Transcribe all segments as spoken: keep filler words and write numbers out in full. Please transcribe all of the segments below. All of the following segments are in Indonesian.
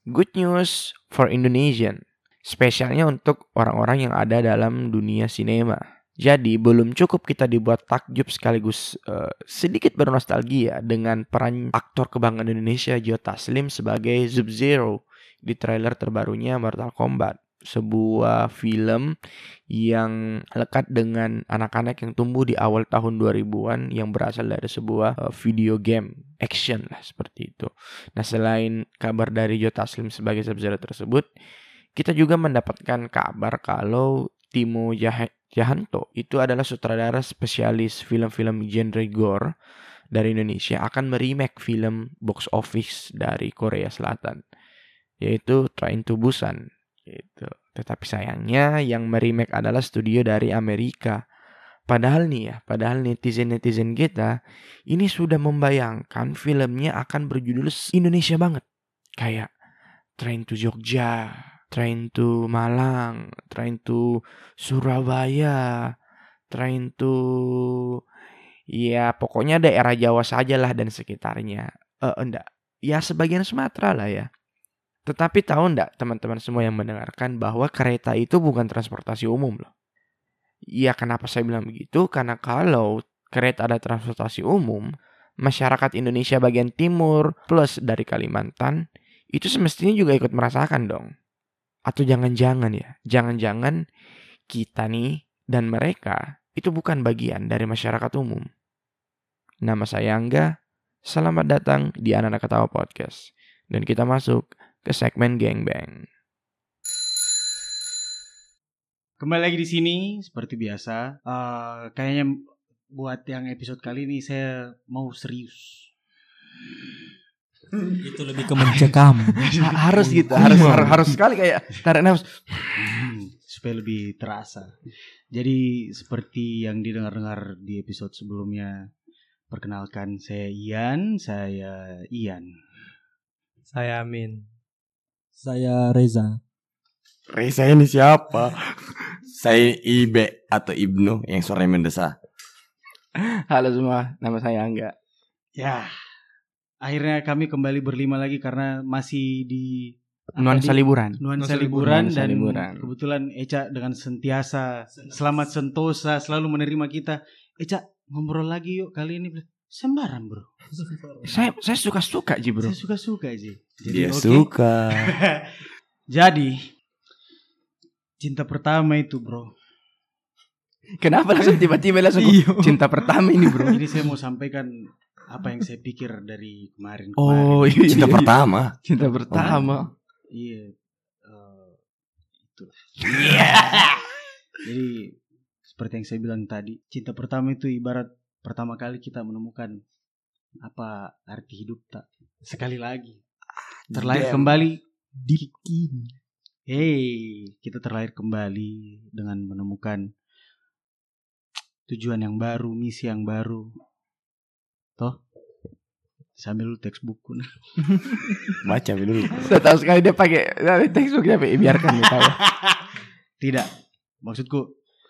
Good news for Indonesian, spesialnya untuk orang-orang yang ada dalam dunia sinema. Jadi belum cukup kita dibuat takjub sekaligus uh, sedikit bernostalgia dengan peran aktor kebanggaan Indonesia Joe Taslim sebagai Sub-Zero di trailer terbarunya Mortal Kombat. Sebuah film yang lekat dengan anak-anak yang tumbuh di awal tahun dua ribuan yang berasal dari sebuah uh, video game action lah seperti itu. Nah, selain kabar dari Joe Taslim sebagai Sub-Zero tersebut, kita juga mendapatkan kabar kalau Timo Jah- Jahanto itu adalah sutradara spesialis film-film genre gore dari Indonesia akan meremake film box office dari Korea Selatan, yaitu Train to Busan. Gitu. Tetapi sayangnya yang meremake adalah studio dari Amerika. Padahal nih ya, padahal netizen-netizen kita ini sudah membayangkan filmnya akan berjudul Indonesia banget. Kayak Train to Jogja, Train to Malang, Train to Surabaya, Train to... ya pokoknya daerah Jawa sajalah dan sekitarnya. Eh enggak, ya sebagian Sumatera lah ya. Tetapi tahu enggak teman-teman semua yang mendengarkan bahwa kereta itu bukan transportasi umum loh. Ya kenapa saya bilang begitu? Karena kalau kereta ada transportasi umum, masyarakat Indonesia bagian timur plus dari Kalimantan itu semestinya juga ikut merasakan dong. Atau jangan-jangan ya, jangan-jangan kita nih dan mereka itu bukan bagian dari masyarakat umum. Nama saya Angga, selamat datang di Anak-Anak Ketawa Podcast. Dan kita masuk ke segmen Gangbang. Kembali lagi di sini seperti biasa. Uh, kayaknya buat yang episode kali ini saya mau serius. Itu lebih ke mencekam. harus gitu, harus harus, harus sekali kayak tarik nafas supaya lebih terasa. Jadi seperti yang didengar-dengar di episode sebelumnya, perkenalkan saya Ian, saya Ian. Saya Amin. Saya Reza. Reza ini siapa? Saya Ibe atau Ibnu yang suaranya mendesah. Halo semua, nama saya Angga. Ya, akhirnya kami kembali berlima lagi karena masih di nuansa di, liburan. Nuansa liburan nuansa dan liburan. Kebetulan Eca dengan sentiasa selamat sentosa selalu menerima kita. Eca, ngobrol lagi yuk kali ini. Sembarang bro. Saya saya suka-suka Ji bro. Saya suka-suka Ji. Jadi, Dia okay. suka. Jadi cinta pertama itu bro. Kenapa langsung tiba-tiba langsung cinta pertama ini bro? Jadi saya mau sampaikan apa yang saya pikir dari kemarin. Oh iya, cinta iya, pertama. Cinta pertama. Oh, iya. Uh, itu. Yeah. Jadi seperti yang saya bilang tadi, cinta pertama itu ibarat pertama kali kita menemukan apa arti hidup tak. Sekali lagi terlahir Damn. kembali di kini. Hey, kita terlahir kembali dengan menemukan tujuan yang baru, misi yang baru. Toh, sambil lu teks buku. Baca dulu. Saya tahu sekali dia pakai teks buku, tapi biarkan dia tahu. Tidak, maksudku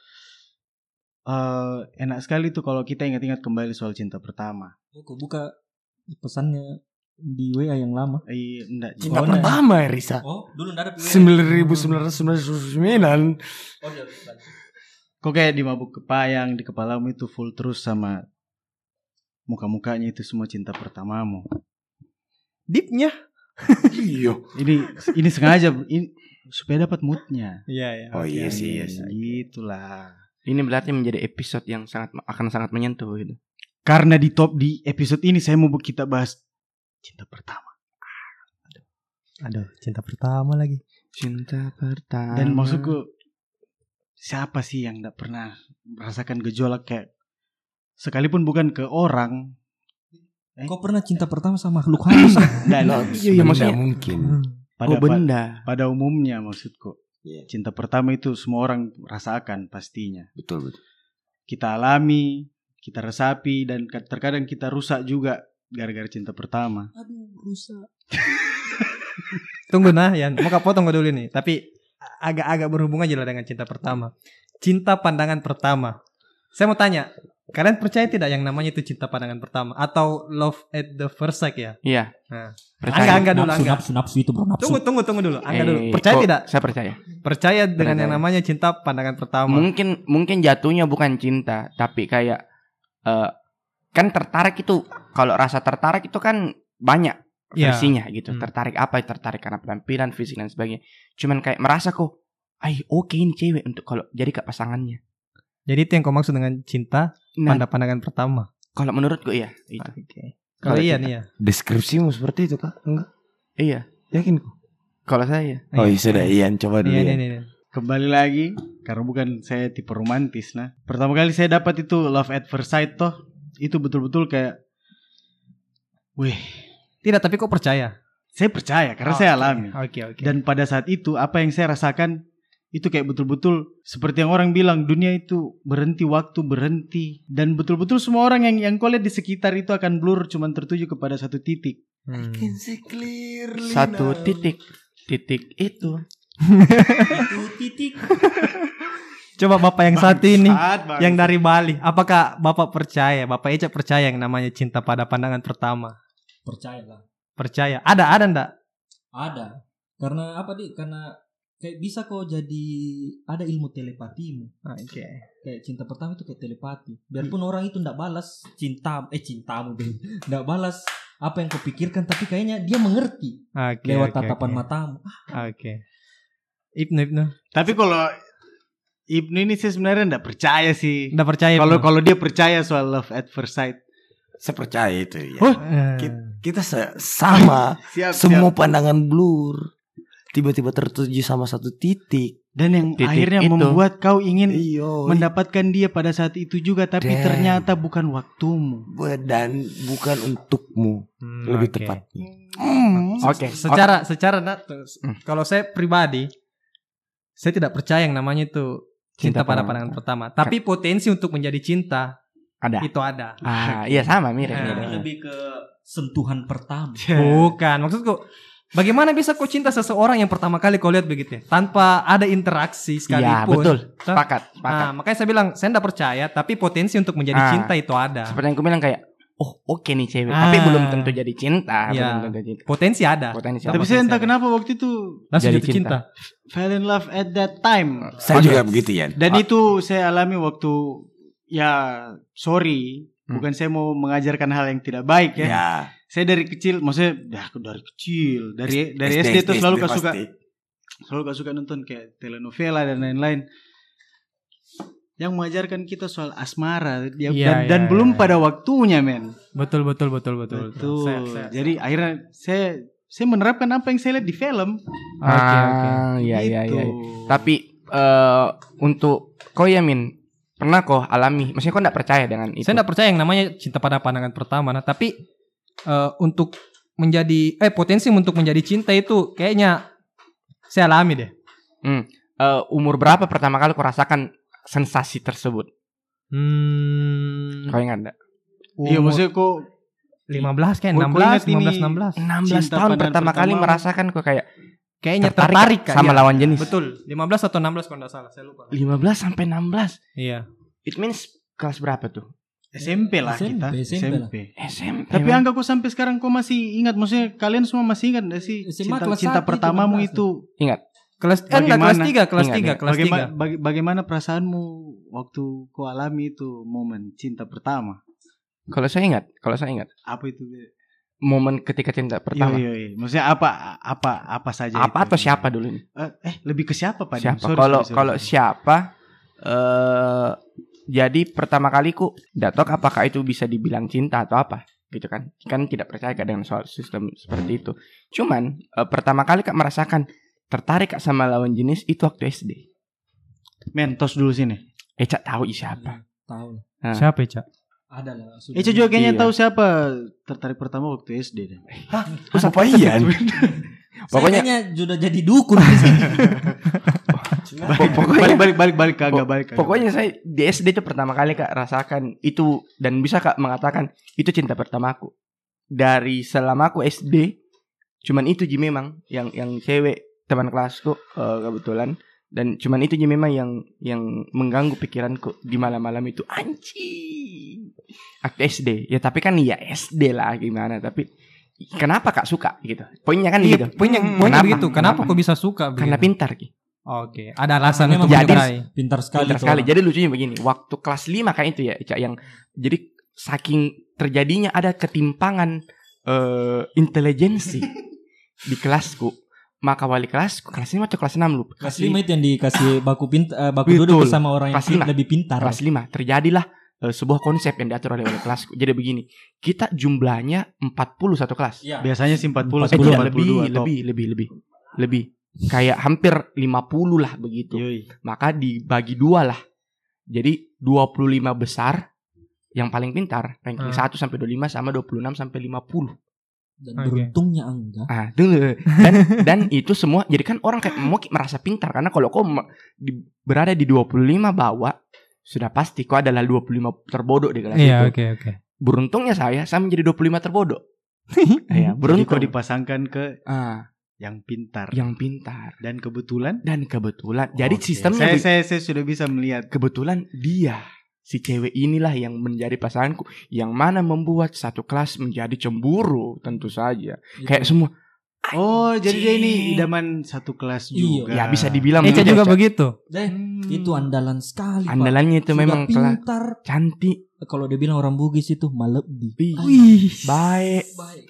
uh, enak sekali tuh kalau kita ingat-ingat kembali soal cinta pertama. Aku buka pesannya di W A yang lama. Iya, enggak. Cinta oh, pertama ya Risa. Oh, dulu enggak ada W A. sembilan ribu sembilan ratus sembilan puluh sembilan. Oh, iya. Kok kayak di mabuk kepayang di kepalamu itu full terus sama muka-mukanya itu semua cinta pertamamu. Deepnya. Iya. Ini ini sengaja ini supaya dapat moodnya. Iya ya. Oh iya sih, iya sih. Itulah. Ini berarti menjadi episode yang sangat akan sangat menyentuh gitu. Karena di top di episode ini saya mau kita bahas cinta pertama. Aduh, cinta pertama lagi. Cinta pertama. Dan maksudku siapa sih yang enggak pernah merasakan gejolak kayak sekalipun bukan ke orang. Eh? Kau pernah cinta pertama sama makhluk halus? Nah, iya, iya maksudnya mungkin. Pada oh, benda. Pada umumnya maksudku. Yeah. Cinta pertama itu semua orang rasakan pastinya. Betul betul. Kita alami, kita resapi dan terkadang kita rusak juga gara-gara cinta pertama. Aduh, rusak. Tunggu nah, Yan. Mau potong dulu nih. Tapi agak-agak berhubungan aja lah dengan cinta pertama. Cinta pandangan pertama. Saya mau tanya, Kalian percaya tidak yang namanya itu cinta pandangan pertama atau love at the first sight ya? Iya. Nah. Percaya. Angga, angga dulu, Nafsu, angga. nafsu, nafsu itu bro, nafsu. Tunggu, tunggu, tunggu dulu. Angga Eh, dulu. Percaya kok- tidak? Saya percaya. Percaya dengan Percaya. yang namanya cinta pandangan pertama. Mungkin mungkin jatuhnya bukan cinta, tapi kayak eh, kan tertarik itu, kalau rasa tertarik itu kan banyak Iya. versinya gitu. Hmm. Tertarik apa? Tertarik karena penampilan, fisik dan sebagainya. Cuman kayak merasa kok, ay oke ini cewek untuk kalau jadi kak pasangannya. Jadi itu yang kau maksud dengan cinta Nah, pada pandangan pertama. kalau menurutku iya, itu. Oke. Kalau Kalau iya cinta. nih ya. Deskripsimu seperti itu kak? Enggak. Iya. Yakin kok? Kalau saya, Oh iya sudah Ian coba dulu Iya, Ian. iya, iya. Kembali lagi, karena bukan saya tipe romantis nah. Pertama kali saya dapat itu love at first sight toh, itu betul-betul kayak, wih, Tidak, tapi kok percaya? saya percaya karena Oh, saya oke. alami. Oke, oke. Dan pada saat itu apa yang saya rasakan itu kayak betul-betul seperti yang orang bilang, dunia itu berhenti, waktu berhenti, dan betul-betul semua orang yang yang kau lihat di sekitar itu akan blur, cuman tertuju kepada satu titik. Hmm. satu titik, titik itu. Itu titik. Coba Bapak yang satu ini, Bangsat, bangsat. yang dari Bali, apakah Bapak percaya, Bapak Eca percaya yang namanya cinta pada pandangan pertama? Percayalah. Percaya? Ada, ada ndak? Ada. Karena apa di? Karena kayak bisa kok jadi ada ilmu telepatimu. Oke. Kayak cinta pertama itu kayak telepati. Biarpun orang itu ndak balas cinta eh cintamu deh. Ndak balas apa yang kau pikirkan, tapi kayaknya dia mengerti Oke. lewat oke, tatapan oke. matamu. Oke. Ibnu, Ibnu. Tapi kalau Ibnu ini saya sebenarnya enggak percaya sih. Ndak percaya? Kalau Ibnu? kalau dia percaya soal love at first sight. Saya percaya itu ya. Oh, Eh, Kita, kita se- sama. Siap, Semua siap. pandangan blur. Tiba-tiba tertuju sama satu titik. Dan yang Titik akhirnya itu. membuat kau ingin Iyo. mendapatkan dia pada saat itu juga, tapi Damn. ternyata bukan waktumu. Dan bukan untukmu. hmm, Lebih oke. tepat. Oke. Secara secara Nat, Hmm. kalau saya pribadi, saya tidak percaya yang namanya itu cinta, Cinta pada pertama. pandangan pertama. Tapi potensi untuk menjadi cinta Ada. itu ada. Ah, iya sama mirip. Nah. mirip. Ini lebih ke sentuhan pertama. Bukan, maksudku bagaimana bisa kau cinta seseorang yang pertama kali kau lihat begitu ya, tanpa ada interaksi Iya sekalipun. betul. Toh? Sepakat. Sepakat. Nah, makanya saya bilang saya tidak percaya, tapi potensi untuk menjadi Ah. cinta itu ada. Seperti yang aku bilang kayak, oh oke nih cewek, Ah. tapi belum tentu jadi cinta. Iya. Belum tentu cinta. Potensi ada. Potensi. Tapi Sama saya kayak entah saya. kenapa waktu itu Langsung Jadi jatuh cinta. cinta. fell in love at that time. Saya juga begitu ya. Dan itu saya alami waktu, ya sorry, Hmm. bukan saya mau mengajarkan hal yang tidak baik ya. Ya. Saya dari kecil, maksudnya dah aku dari kecil, dari dari S D, itu selalu gak suka, selalu gak suka nonton kayak telenovela dan lain-lain yang mengajarkan kita soal asmara ya, Iya, dan, iya, dan belum iya. pada waktunya men. Betul betul betul betul. Betul. Saya- saya- Jadi akhirnya saya saya menerapkan apa yang saya lihat di film. Oke oke. Ah, iya iya Gitu. iya. Tapi eh untuk kau ya Min, pernah kau alami? Maksudnya kau enggak percaya dengan itu? Saya tidak percaya yang namanya cinta pada pandangan pertama. Nah, tapi eh, untuk menjadi eh potensi untuk menjadi cinta itu kayaknya saya alami deh. Hmm. Eh, umur berapa pertama kali kau rasakan sensasi tersebut? Hmm. Kau ingat enggak? Iya maksudnya kok lima belas kan, Gua- enam gua belas, ingat ini lima belas, enam belas. enam belas Cinta tahun pandangan pertama kali pertama. merasakan kok kayak Kayaknya tertarik, tertarik, Kak, sama iya. lawan jenis. Betul, lima belas atau enam belas kalau enggak salah, saya lupa. lima belas sampai enam belas. Iya. It means kelas berapa tuh? S M P lah S M P, kita. S M P lah. S M P. Tapi man. angka kok sampai sekarang kok masih ingat? Maksudnya kalian semua masih ingat gak sih S M A cinta, kelas cinta satu itu, pertamamu enam belas. itu? Kelas eh, enggak, kelas Bagaimana? tiga, kelas Ingat, tiga, ingat. kelas Bagaimana, tiga. baga- bagaimana perasaanmu waktu kau alami itu momen cinta pertama? Kalau saya ingat, kalau saya ingat Apa itu? momen ketika cinta pertama. Iya, iya, iya. Maksudnya apa apa apa saja Apa itu? atau siapa dulu nih? Eh, eh, lebih ke siapa Pak? Siapa? Sorry, Kalau sorry, sorry, kalau sorry. siapa eh jadi pertama kali ku tidak tahu apakah itu bisa dibilang cinta atau apa gitu kan. Kan tidak percaya Kak dengan soal sistem seperti itu. Cuman eh, pertama kali Kak merasakan tertarik Kak sama lawan jenis itu waktu S D. Mentos dulu sini. Eca tahu i siapa? Tahu lah. Nah. Siapa ya, Cak? Ada lah. sudah. Eca juga kayaknya Iya. tahu siapa tertarik pertama waktu S D deh. Masa apa Ian? Pokoknya- Saya kayaknya sudah jadi dukun di sini. Po- pokoknya balik balik balik balik kagak balik. kagak. Pokoknya saya di S D itu pertama kali Kak rasakan itu dan bisa Kak mengatakan itu cinta pertamaku. Dari selama aku S D cuman itu Ji memang yang yang cewek teman kelasku eh, kebetulan Dan cuman itu aja memang yang yang mengganggu pikiranku di malam-malam itu. Anjing. Waktu S D. Ya tapi kan ya S D lah gimana. Tapi kenapa Kak suka gitu? Poinnya kan Iya, gitu. poinnya, Hmm, poinnya kenapa? begitu. Kenapa, Kenapa? kok bisa suka? Karena begitu? pintar Ki. Oke, ada alasan Memang untuk jadi- menyukai. Pintar sekali. Pintar tuh sekali. orang. Jadi lucunya begini. Waktu kelas lima kayak itu ya Cak, yang jadi saking terjadinya ada ketimpangan eh, intelijensi di kelasku. Maka wali kelasku kelas lima atau kelas enam lupa. Kelas lima itu yang dikasih baku pintar, baku Betul. duduk bersama orang yang Kelas lima. lebih pintar. Kelas lima terjadilah eh, sebuah konsep yang diatur oleh wali kelasku. Jadi begini, kita jumlahnya empat puluh satu kelas. Iya. Biasanya sih empat puluh Eh, empat puluh, tidak, empat lebih, puluh dua top. lebih, lebih, lebih, lebih. Kayak hampir lima puluh lah begitu. Yoi. Maka dibagi dua lah. Jadi dua puluh lima besar yang paling pintar, ranking Hmm. satu sampai dua puluh lima sama dua puluh enam sampai lima puluh. Dan Oke. beruntungnya enggak. Ah, dulu. Dan dan itu semua jadi kan orang kayak mau merasa pintar karena kalau kau me- di- berada di dua puluh lima bawah sudah pasti kau adalah dua puluh lima terbodoh di kelas Iya, itu. oke, oke. Beruntungnya saya saya menjadi dua puluh lima terbodoh. Iya, Jadi beruntung. kau dipasangkan ke Ah, yang pintar. yang pintar. Dan kebetulan. Dan kebetulan jadi Oke. sistemnya Saya, be- saya saya sudah bisa melihat. kebetulan dia si cewek inilah yang menjadi pasanganku, yang mana membuat satu kelas menjadi cemburu tentu saja. Kayak semua Oh, jadi dia Anjing. ini idaman satu kelas Iya. juga. ya bisa dibilang Eca begitu, juga Cak. begitu. Deh, Hmm. itu andalan sekali. Pak. Andalannya itu Sudah memang kelas pintar. cantik, Kalau dia bilang orang Bugis itu malebi. Ih, Wih. baik, Baik.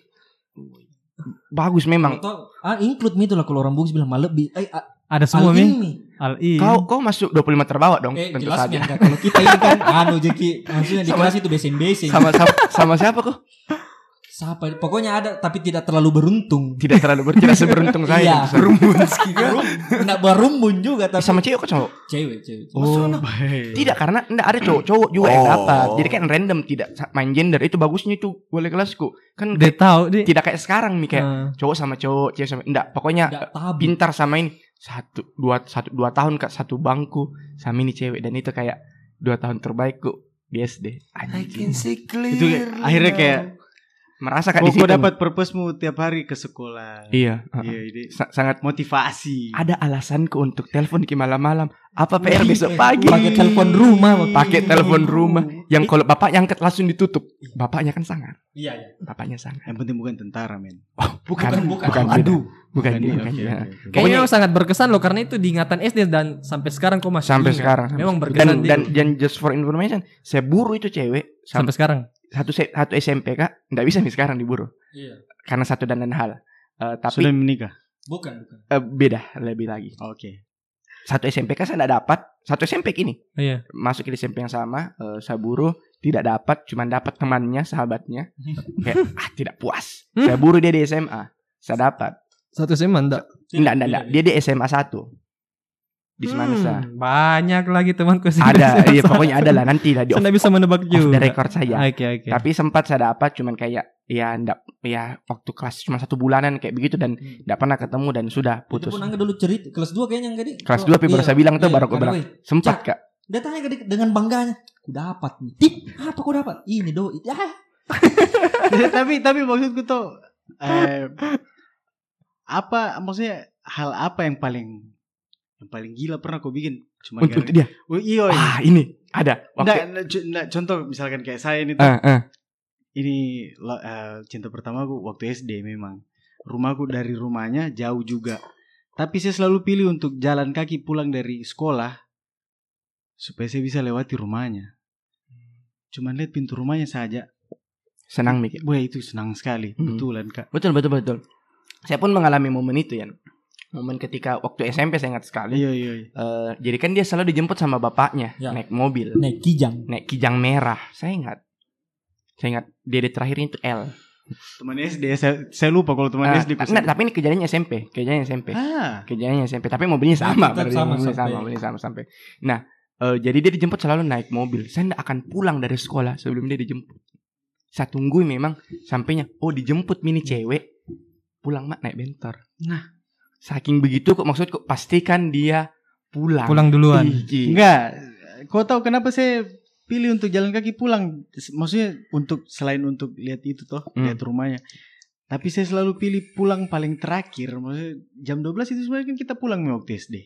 bagus memang. Atau ah include mi itu lah kalau orang Bugis bilang malebi. Eh, ah, Ada semua, Mi. Al-Ilmi. Al-I. Kau kau masuk dua puluh lima terbawah dong, Eh, tentu jelas saja. enggak. Kalau kita ini kan anu jadi maksudnya di Sama- kelas itu besen-besen. Sama sama, sama siapa kok? Siapa? Pokoknya ada tapi tidak terlalu beruntung. Tidak terlalu ber, tidak seberuntung saya. Iya. tentu saja. Rumun sekali. Enggak berumbun juga tapi Sama cewek kok cowok? cewek, cewek. Oh, baik. tidak karena enggak ada cowok-cowok juga yang Oh. dapat. Jadi kan random, tidak main gender. Itu bagusnya itu wali kelasku. Kan Dia tahu dia. tidak kayak sekarang nih kayak Eh, cowok sama cowok, cewek sama enggak. Pokoknya Enggak tabu. pintar sama ini satu dua satu dua tahun kak satu bangku sama ini cewek dan itu kayak dua tahun terbaikku di S D. Anjing. Itu kayak- akhirnya kayak Merasa kak kok di situ. kau dapat purpose-mu tiap hari ke sekolah. Iya. Iya, ini Sa- sangat motivasi. ada alasanku untuk telepon ke malam-malam. Apa P R besok pagi? Pakai telepon rumah, Pak. Pakai telepon rumah. Yang kalau bapaknya angkat langsung ditutup. Bapaknya kan sangar. Iya, iya. Bapaknya sangar. Yang penting bukan tentara, men. Bukan, Bukan, bukan, bukan. beda. Aduh. bukan, Bukan, dia, iya, bukan oke, dia. oke, oke. Kayaknya Pokoknya memang sangat berkesan loh karena itu diingatan S D dan sampai sekarang kok masih sampai ingat. sekarang. Memang dan, berkesan dan, dia. dan just for information, saya buru itu cewek Sampai sampai sekarang. satu se- satu S M P kak, nggak bisa nih sekarang diburu Iya. karena satu dan lain hal. Eh, tapi Sudah menikah. Bukan, bukan. eh, beda lebih lagi. Oke. Satu S M P kan saya nggak dapat, satu S M P gini Iya. masuk ke S M P yang sama, eh, saya buru tidak dapat, cuma dapat temannya, sahabatnya, kayak ah tidak puas. Hmm? Saya buru dia di S M A, saya dapat. Satu sih enggak. Enggak, enggak, enggak. Dia di S M A satu di Semansa. Hmm, banyak lagi temanku sih. Ada, iya pokoknya ada lah nanti lah di Saya off, nggak bisa menebak off juga. the record saya. Oke, oke. Tapi sempat saya dapat cuman kayak ya enggak ya waktu kelas cuma satu bulanan kayak begitu dan enggak pernah ketemu dan sudah Itu putus. pun Angga dulu cerita kelas dua kayaknya enggak di. Kelas dua tapi baru saya bilang tuh, baru aku bilang. Woi, Sempat Kak. dia tanya ke dia dengan bangganya. Ku dapat nih. Tip, apa ku dapat? Ini do. Ya. tapi tapi maksudku tuh eh, apa maksudnya hal apa yang paling yang paling gila pernah kau bikin cuma Untuk, untuk gara- dia. Oh, iya, iya. Ah, ini ada. Nggak, Waktu nggak, co- nggak, contoh misalkan kayak saya ini tuh, eh eh ini lo- eh, cinta pertamaku waktu S D memang. Rumahku dari rumahnya jauh juga. Tapi saya selalu pilih untuk jalan kaki pulang dari sekolah supaya saya bisa lewati rumahnya. Cuman lihat pintu rumahnya saja. senang mikir. Wah, itu senang sekali. Hmm. Betulan, Kak. Betul betul betul. Saya pun mengalami momen itu ya. Momen ketika waktu S M P saya ingat sekali. Iya, iya, iya. Eh, jadi kan dia selalu dijemput sama bapaknya Ya. naik mobil, Naik kijang. naik kijang merah. Saya ingat. Saya ingat dia di terakhirnya itu L. Teman S D, saya, saya lupa kalau teman Ah, S D. ku nah, sebut. tapi ini kejadiannya S M P, kejadiannya S M P. Ah, Kejadiannya S M P, tapi mobilnya sama, tetap berarti sama mobilnya sampai. sama, mobilnya sama sampai. Nah, eh, jadi dia dijemput selalu naik mobil. Saya tidak akan pulang dari sekolah sebelum dia dijemput. Saya tungguin memang sampainya. Oh, dijemput mini cewek, pulang mak naik bentor. Nah. Saking begitu kok maksudku pastikan dia pulang. Pulang duluan. Ih, enggak. Kau tahu kenapa saya pilih untuk jalan kaki pulang? Maksudnya untuk selain untuk lihat itu toh, Hmm. lihat rumahnya. Tapi saya selalu pilih pulang paling terakhir. Maksudnya jam dua belas itu sebenarnya kan kita pulang nih waktu S D.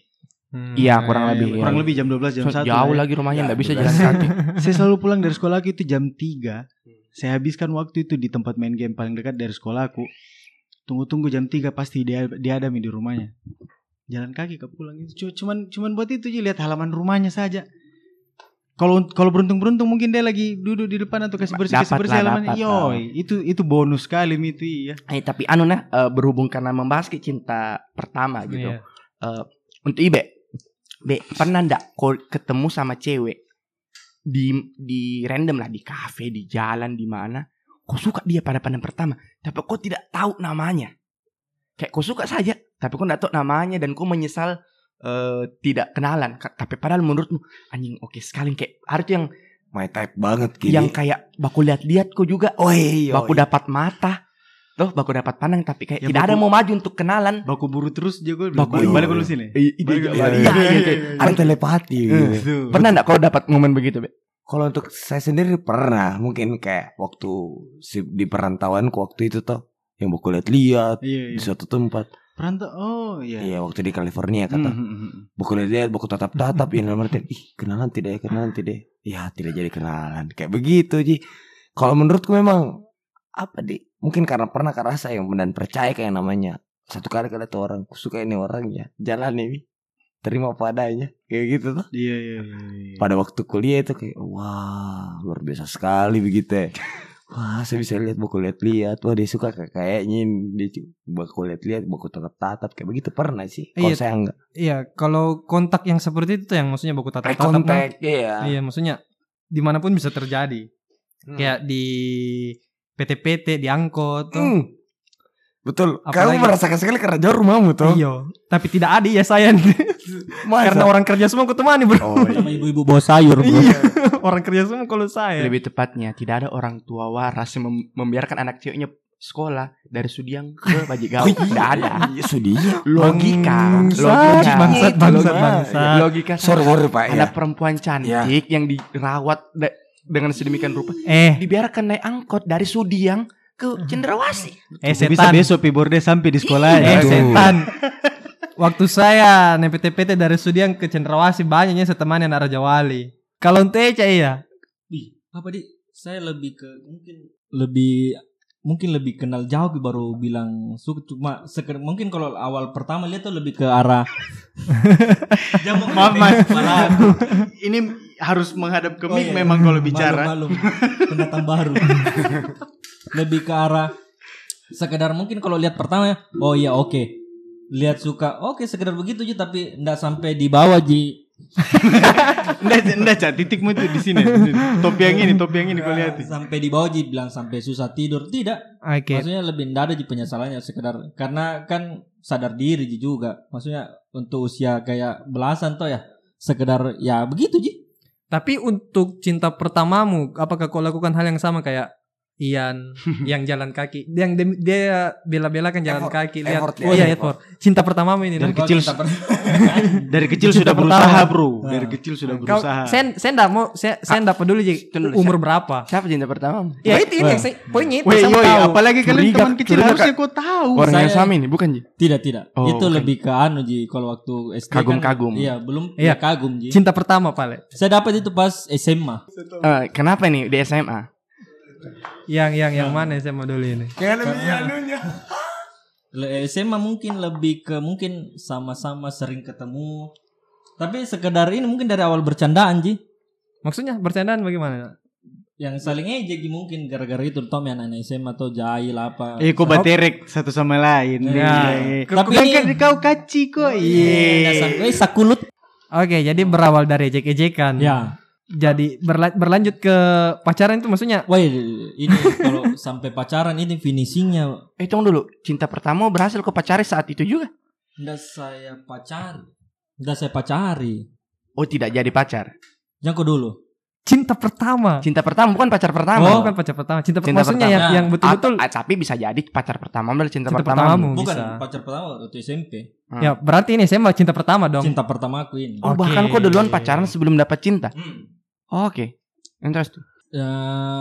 Hmm, Iya, kurang lebih. Kurang Iya. lebih jam dua belas jam So, satu. jauh lah ya. lagi rumahnya nggak bisa Ya, jalan kaki. Saya selalu pulang dari sekolahku itu jam tiga. Saya habiskan waktu itu di tempat main game paling dekat dari sekolahku. Tunggu-tunggu jam tiga pasti dia dia ada di rumahnya. Jalan kaki ke pulang itu cuman cuman buat itu aja, lihat halaman rumahnya saja. Kalau kalau beruntung-beruntung mungkin dia lagi duduk di depan atau kasih bersih kasih Dapat bersih lah, halaman. dapat Yoi, itu itu bonus sekali itu iya. Eh, tapi anu nah eh, berhubung karena membahas ke cinta pertama gitu. Iya. Eh, untuk Ibe, Be, pernah ndak kau ketemu sama cewek di di random lah di kafe, di jalan, di mana? Kau suka dia pada pandang pertama, tapi kau tidak tahu namanya. Kayak kau suka saja, tapi kau tidak tahu namanya dan kau menyesal eh, tidak kenalan. Ka- Tapi padahal menurutmu anjing oke sekali, kayak ada tuh yang My type banget gini. yang kayak baku lihat-lihat kau juga. Oh iya. Baku dapat mata. Tuh baku dapat pandang tapi kayak Ya, tidak ada baku- mau maju untuk kenalan. Baku buru terus dia gue Baku- balik, balik dulu sini. Iya, Balik, iya, balik. iya, iya, iya. Ada telepati. Eh. gitu. Pernah enggak kau dapat momen begitu, Be? Kalau untuk saya sendiri pernah, mungkin kayak waktu si- di perantauanku waktu itu toh, yang buku lihat-lihat Iya, di iya. suatu tempat. Perantau. Oh, iya. Iya, waktu di California kata. Hmm, hmm, hmm. Buku lihat-lihat, buku tatap-tatap yang dalam artian, ih kenalan tidak ya, kenalan tidak. Ya tidak jadi kenalan. Kayak begitu Ji. Kalau menurutku memang apa di? Mungkin karena pernah kerasa yang dan percaya kayak namanya. Satu kali kali tuh orang, aku suka ini orangnya, jalan ini, terima padanya, kayak gitu tuh. Iya, iya, iya, iya. Pada waktu kuliah itu kayak wah luar biasa sekali begitu ya. Wah saya bisa lihat buku lihat-lihat. Wah dia suka kayak kayaknya dia cu- buku lihat-lihat, buku tatap-tatap kayak begitu pernah sih. Kalau Iya. saya enggak. Iya, kalau kontak yang seperti itu tuh yang maksudnya baku tatap Eye tatap. contact, iya. Iya, maksudnya dimanapun bisa terjadi. Hmm. Kayak di P T P T, di angkot tuh. Hmm. Betul. Apalagi- Kamu merasakan sekali karena jauh rumahmu tuh. Iya, tapi tidak ada ya saya. Masa? Karena orang kerja semua kutemani bro. Oh iya. Sama ibu-ibu bawa sayur, bro. Iya, orang kerja semua kalau saya. Lebih tepatnya tidak ada orang tua waras yang mem- membiarkan anak ceweknya sekolah dari Sudiang ke Bajigawi. Tidak ada. Iya sudah. Logika, Bangsat, logika, bangsat, bangsat, logika, bangsat. logika Sorry sorry Pak ya. anak perempuan cantik yang dirawat da- dengan sedemikian rupa Eh, dibiarkan naik angkot dari Sudiang ke Cendrawasih. eh Bisa setan. besok pi borde sampai di sekolah Eh ya. Aduh. setan. Waktu saya naik P T P T dari Sudiang ke Cendrawasih banyaknya setemani anak Raja Wali. Kalau untuk Eca iya. Ih, apa di? Saya lebih ke mungkin lebih mungkin lebih kenal jauh baru bilang suka cuma sekedar mungkin kalau awal pertama lihat tuh lebih ke arah Jangan mau Maaf, Mas. kepala Ini harus menghadap ke Oh, mic iya. memang kalau bicara. Malu-malu. Pendatang baru. Lebih ke arah sekedar mungkin kalau lihat pertama ya, oh iya oke. Lihat suka, oke sekedar begitu aja tapi enggak sampai di bawah Ji. Nggak, nggak, Cak. Titikmu itu di sini. di sini. Topi yang ini, topi yang ini kau lihat. Sampai di bawah Ji bilang sampai susah tidur. Tidak. Oke. Maksudnya lebih enggak ada Ji penyesalannya sekedar karena kan sadar diri Ji juga. Maksudnya untuk usia kayak belasan toh ya. Sekedar ya begitu Ji. Tapi untuk cinta pertamamu, apakah kau lakukan hal yang sama kayak Ian yang jalan kaki, yang dia, dia bela-belakan jalan Effort, kaki, lihat, effort, oh ya, iya effort. effort. Cinta pertamamu ini. Dari nah. kecil Kalau kita per- Dari kecil Cinta sudah berusaha, pertama. bro. Nah. Dari kecil sudah Kau, berusaha. saya saya enggak mau, saya saya enggak peduli Ji, Tunggu dulu, umur berapa. Siapa cinta pertama? Ya itu ini yang saya poinnya itu Woi, saya woi, tahu. apalagi kalian Curiga- teman kecil curiga, harusnya Kak. kau tahu. Orang yang saya- sama ini bukan Ji? Tidak, tidak. Oh, Itu bukan. lebih ke anu Ji kalau waktu S D Kagum-kagum. kan. Iya, belum Iya. ya, kagum Ji. Cinta pertama Pale. Saya dapat itu pas S M A. Eh, kenapa nih di S M A? Yang yang yang mana saya mau dulu ini? Jangan lebih anunya. Le- S M A mungkin lebih ke mungkin sama-sama sering ketemu. Tapi sekedar ini mungkin dari awal bercandaan Ji. Maksudnya bercandaan bagaimana? Yang saling ejek Ji mungkin gara-gara itu Tom ya anak S M A atau jahil apa. Eh, kau baterek satu sama lain. Ya. Iya. Tapi Kan ini- kan kau kaci kok. Iya, Iya. sampai sakulut. Oke, jadi berawal dari ejek-ejekan. Ya. Jadi berla- berlanjut ke pacaran itu maksudnya Wah, ini kalau sampai pacaran ini finishingnya Eh tunggu dulu, cinta pertama berhasil kau pacari saat itu juga? ndak saya pacari. Ndak saya pacari. Oh tidak jadi pacar. Jangan kau dulu. cinta pertama. Cinta pertama bukan pacar Oh, pertama. bukan pacar pertama. Cinta, Cinta maksudnya pertama. yang, yang betul-betul Ah, ah, tapi bisa jadi pacar pertama adalah cinta, Cinta pertamamu. pertamamu. Bukan bisa. pacar pertama waktu S M P. Hmm. ya berarti ini saya mau cinta pertama dong. Cinta pertama aku ini. Oh, bahkan Oke. kau duluan pacaran sebelum dapat cinta. Hmm. Oh, Oke. Interesting. Ya,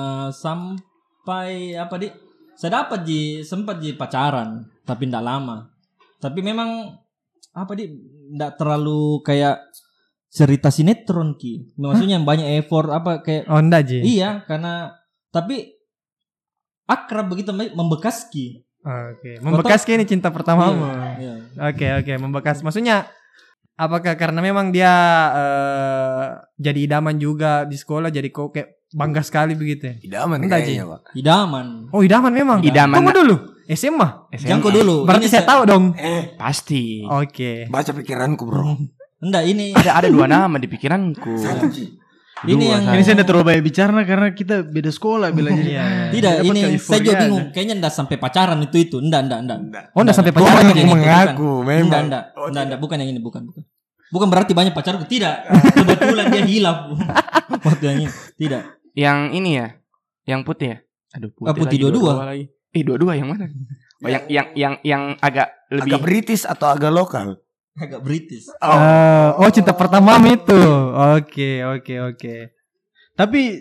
sampai apa di? Saya dapat ji sempat ji pacaran, tapi ndak lama. Tapi memang apa di enggak terlalu kayak cerita sinetron ki. Maksudnya yang banyak effort apa kayak Oh enggak Ji. iya karena tapi akrab begitu membekas ki. Oke, membekas kayak ini cinta pertamamu. Iya. Oke oke, membekas. Maksudnya apakah karena memang dia eh, jadi idaman juga di sekolah, jadi kok kayak bangga sekali begitu? Idaman Enggak, kayaknya, Pak. Idaman. Oh idaman memang. Idaman. Tunggu dulu. S M A. Jangko dulu. Berarti Ini saya tahu dong. Eh, Pasti. Oke. baca pikiranku, Bro. Enggak ini Ada ada dua nama di pikiranku. ini Dua, yang satu. Ini saya tidak terlalu banyak bicara karena kita beda sekolah bila jadi. Iya. tidak Dapat ini ke saya juga euforia. bingung kayaknya enggak sampai pacaran itu itu enggak enggak enggak. Oh enggak sampai Bukan, pacaran. bukan yang itu, mengaku, bukan. memang. Enggak enggak. Oh, Enggak enggak bukan yang ini bukan bukan. Bukan berarti banyak pacarku tidak. Kebetulan dia hilaf. Waktu yang ini tidak. Yang ini ya, yang putih ya. Aduh, Ah, putih lagi, dua-dua. lagi. Eh, dua-dua yang mana? Oh, yang yang yang yang agak lebih Agak British atau agak lokal? Agak British. Eh, oh cinta pertama itu. Oke oke oke. Tapi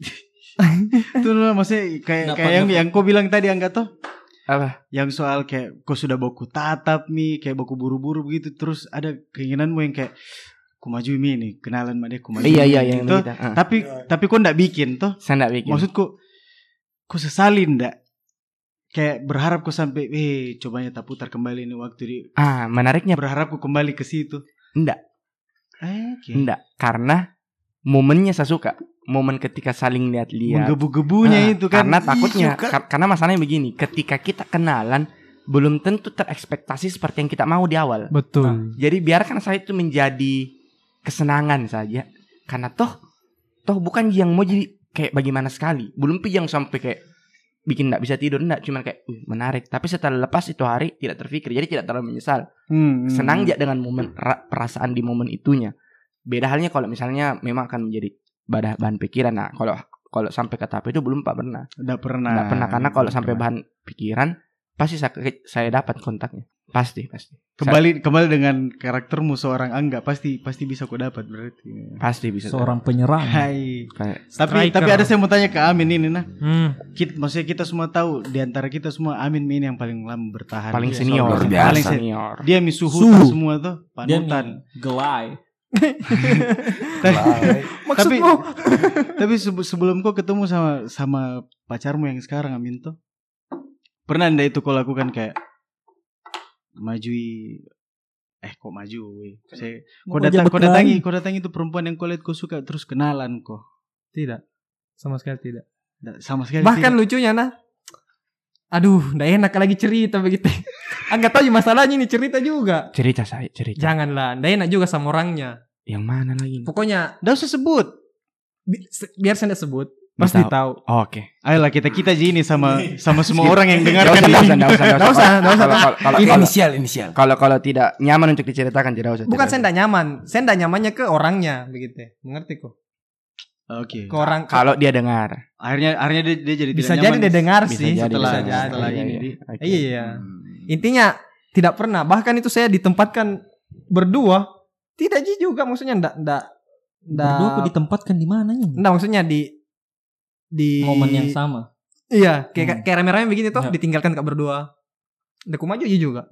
itu loh maksudnya kayak Kenapa, kayak yang kenapa? yang kau bilang tadi Angga toh, apa? yang soal kayak kau sudah baku tatap mi, kayak baku buru-buru begitu, terus ada keinginanmu yang kayak ku maju mi nih, kenalan sama dia, ku maju. Iya mi, iya gitu. yang kita. Uh. Tapi tapi kau ndak bikin toh. Saya enggak bikin. Maksudku kau sesali ndak? Kayak berharap kau sampai eh cobanya tak putar kembali nih waktu di Ah, menariknya berharap kau kembali ke situ. enggak. Eh, oke. Enggak, karena momennya saya suka. Momen ketika saling lihat-lihat. Menggebu-gebunya Ah, itu kan. Karena takutnya, suka. kar- karena masalahnya begini, ketika kita kenalan belum tentu terekspektasi seperti yang kita mau di awal. Betul. Jadi biarkan saya itu menjadi kesenangan saja. Karena toh toh bukan yang mau jadi kayak bagaimana sekali. Belum pi yang sampai kayak bikin enggak bisa tidur, enggak, cuman kayak uh, menarik. Tapi setelah lepas itu hari tidak terpikir, jadi tidak terlalu menyesal. Hmm, hmm. Senang aja dengan momen ra- perasaan di momen itunya. Beda halnya kalau misalnya memang akan menjadi bahan bahan pikiran. Nah, kalau kalau sampai ke tahap itu belum Pak pernah. Nggak pernah. Nggak pernah karena kalau Nggak sampai pernah. bahan pikiran pasti saya, saya dapat kontaknya. Pasti, pasti. Kembali kembali dengan karaktermu seorang Angga pasti pasti bisa kau dapat berarti. Saya, pasti bisa. Seorang penyerang. Hai. Kayak- Tapi Striker. tapi ada saya mau tanya ke Amin ini nah. Hmm. Kita, maksudnya kita semua tahu di antara kita semua Amin ini yang paling lama bertahan. paling Dia senior, luar paling biasa. sen- senior. Dia misuh Suhu. hutan semua tuh, Dia panutan. gelai. Maksudmu? Tapi sebe- sebelum kau ketemu sama sama pacarmu yang sekarang Amin tuh, pernah ndak itu kau lakukan kayak majui eh kok maju weh. Saya kau Mau datang jabat kau datangi lain. kau datangi itu perempuan yang kau lihat kau suka terus kenalan kok. Tidak. Sama sekali tidak. Nggak, sama sekali Bahkan tidak. lucunya nah. Aduh, ndak enak lagi cerita begitu. Enggak tahu masalahnya ini cerita juga. Cerita saya, cerita. Janganlah, ndak enak juga sama orangnya. Yang mana lagi? Pokoknya Nggak usah sebut. bi- se- biar saya ndak sebut, Nggak pasti tahu. tahu. Oh, oke. Ayolah kita kita gini sama sama semua Skip. orang yang Nggak dengarkan usah, nggak ini. usah, nggak usah, nggak Nggak usah, nggak usah. Kalau- kalau- kalau- Ini kalau- inisial, inisial. Kalau kalau tidak nyaman untuk diceritakan tidak usah. Bukan tidak saya usah. ndak nyaman, saya ndak nyamannya ke orangnya begitu. Mengerti kok? Oke. Ke orang Kalau dia dengar. Akhirnya akhirnya dia, dia jadi bisa tidak jadi nyaman dia dengar Bisa sih jadi, setelah bisa jadi. jadi. Setelah ini, iya. Di. Oke. Iya iya. Hmm. Intinya tidak pernah. Bahkan itu saya ditempatkan berdua. Tidak Ji juga maksudnya ndak ndak ndak. Berdua kok ditempatkan di mana ini? Ndak maksudnya di di Momen yang sama. Iya, kayak Hmm. kayak rame-rame begini tuh Ya. ditinggalkan kak berdua. Udah ku maju Ji juga.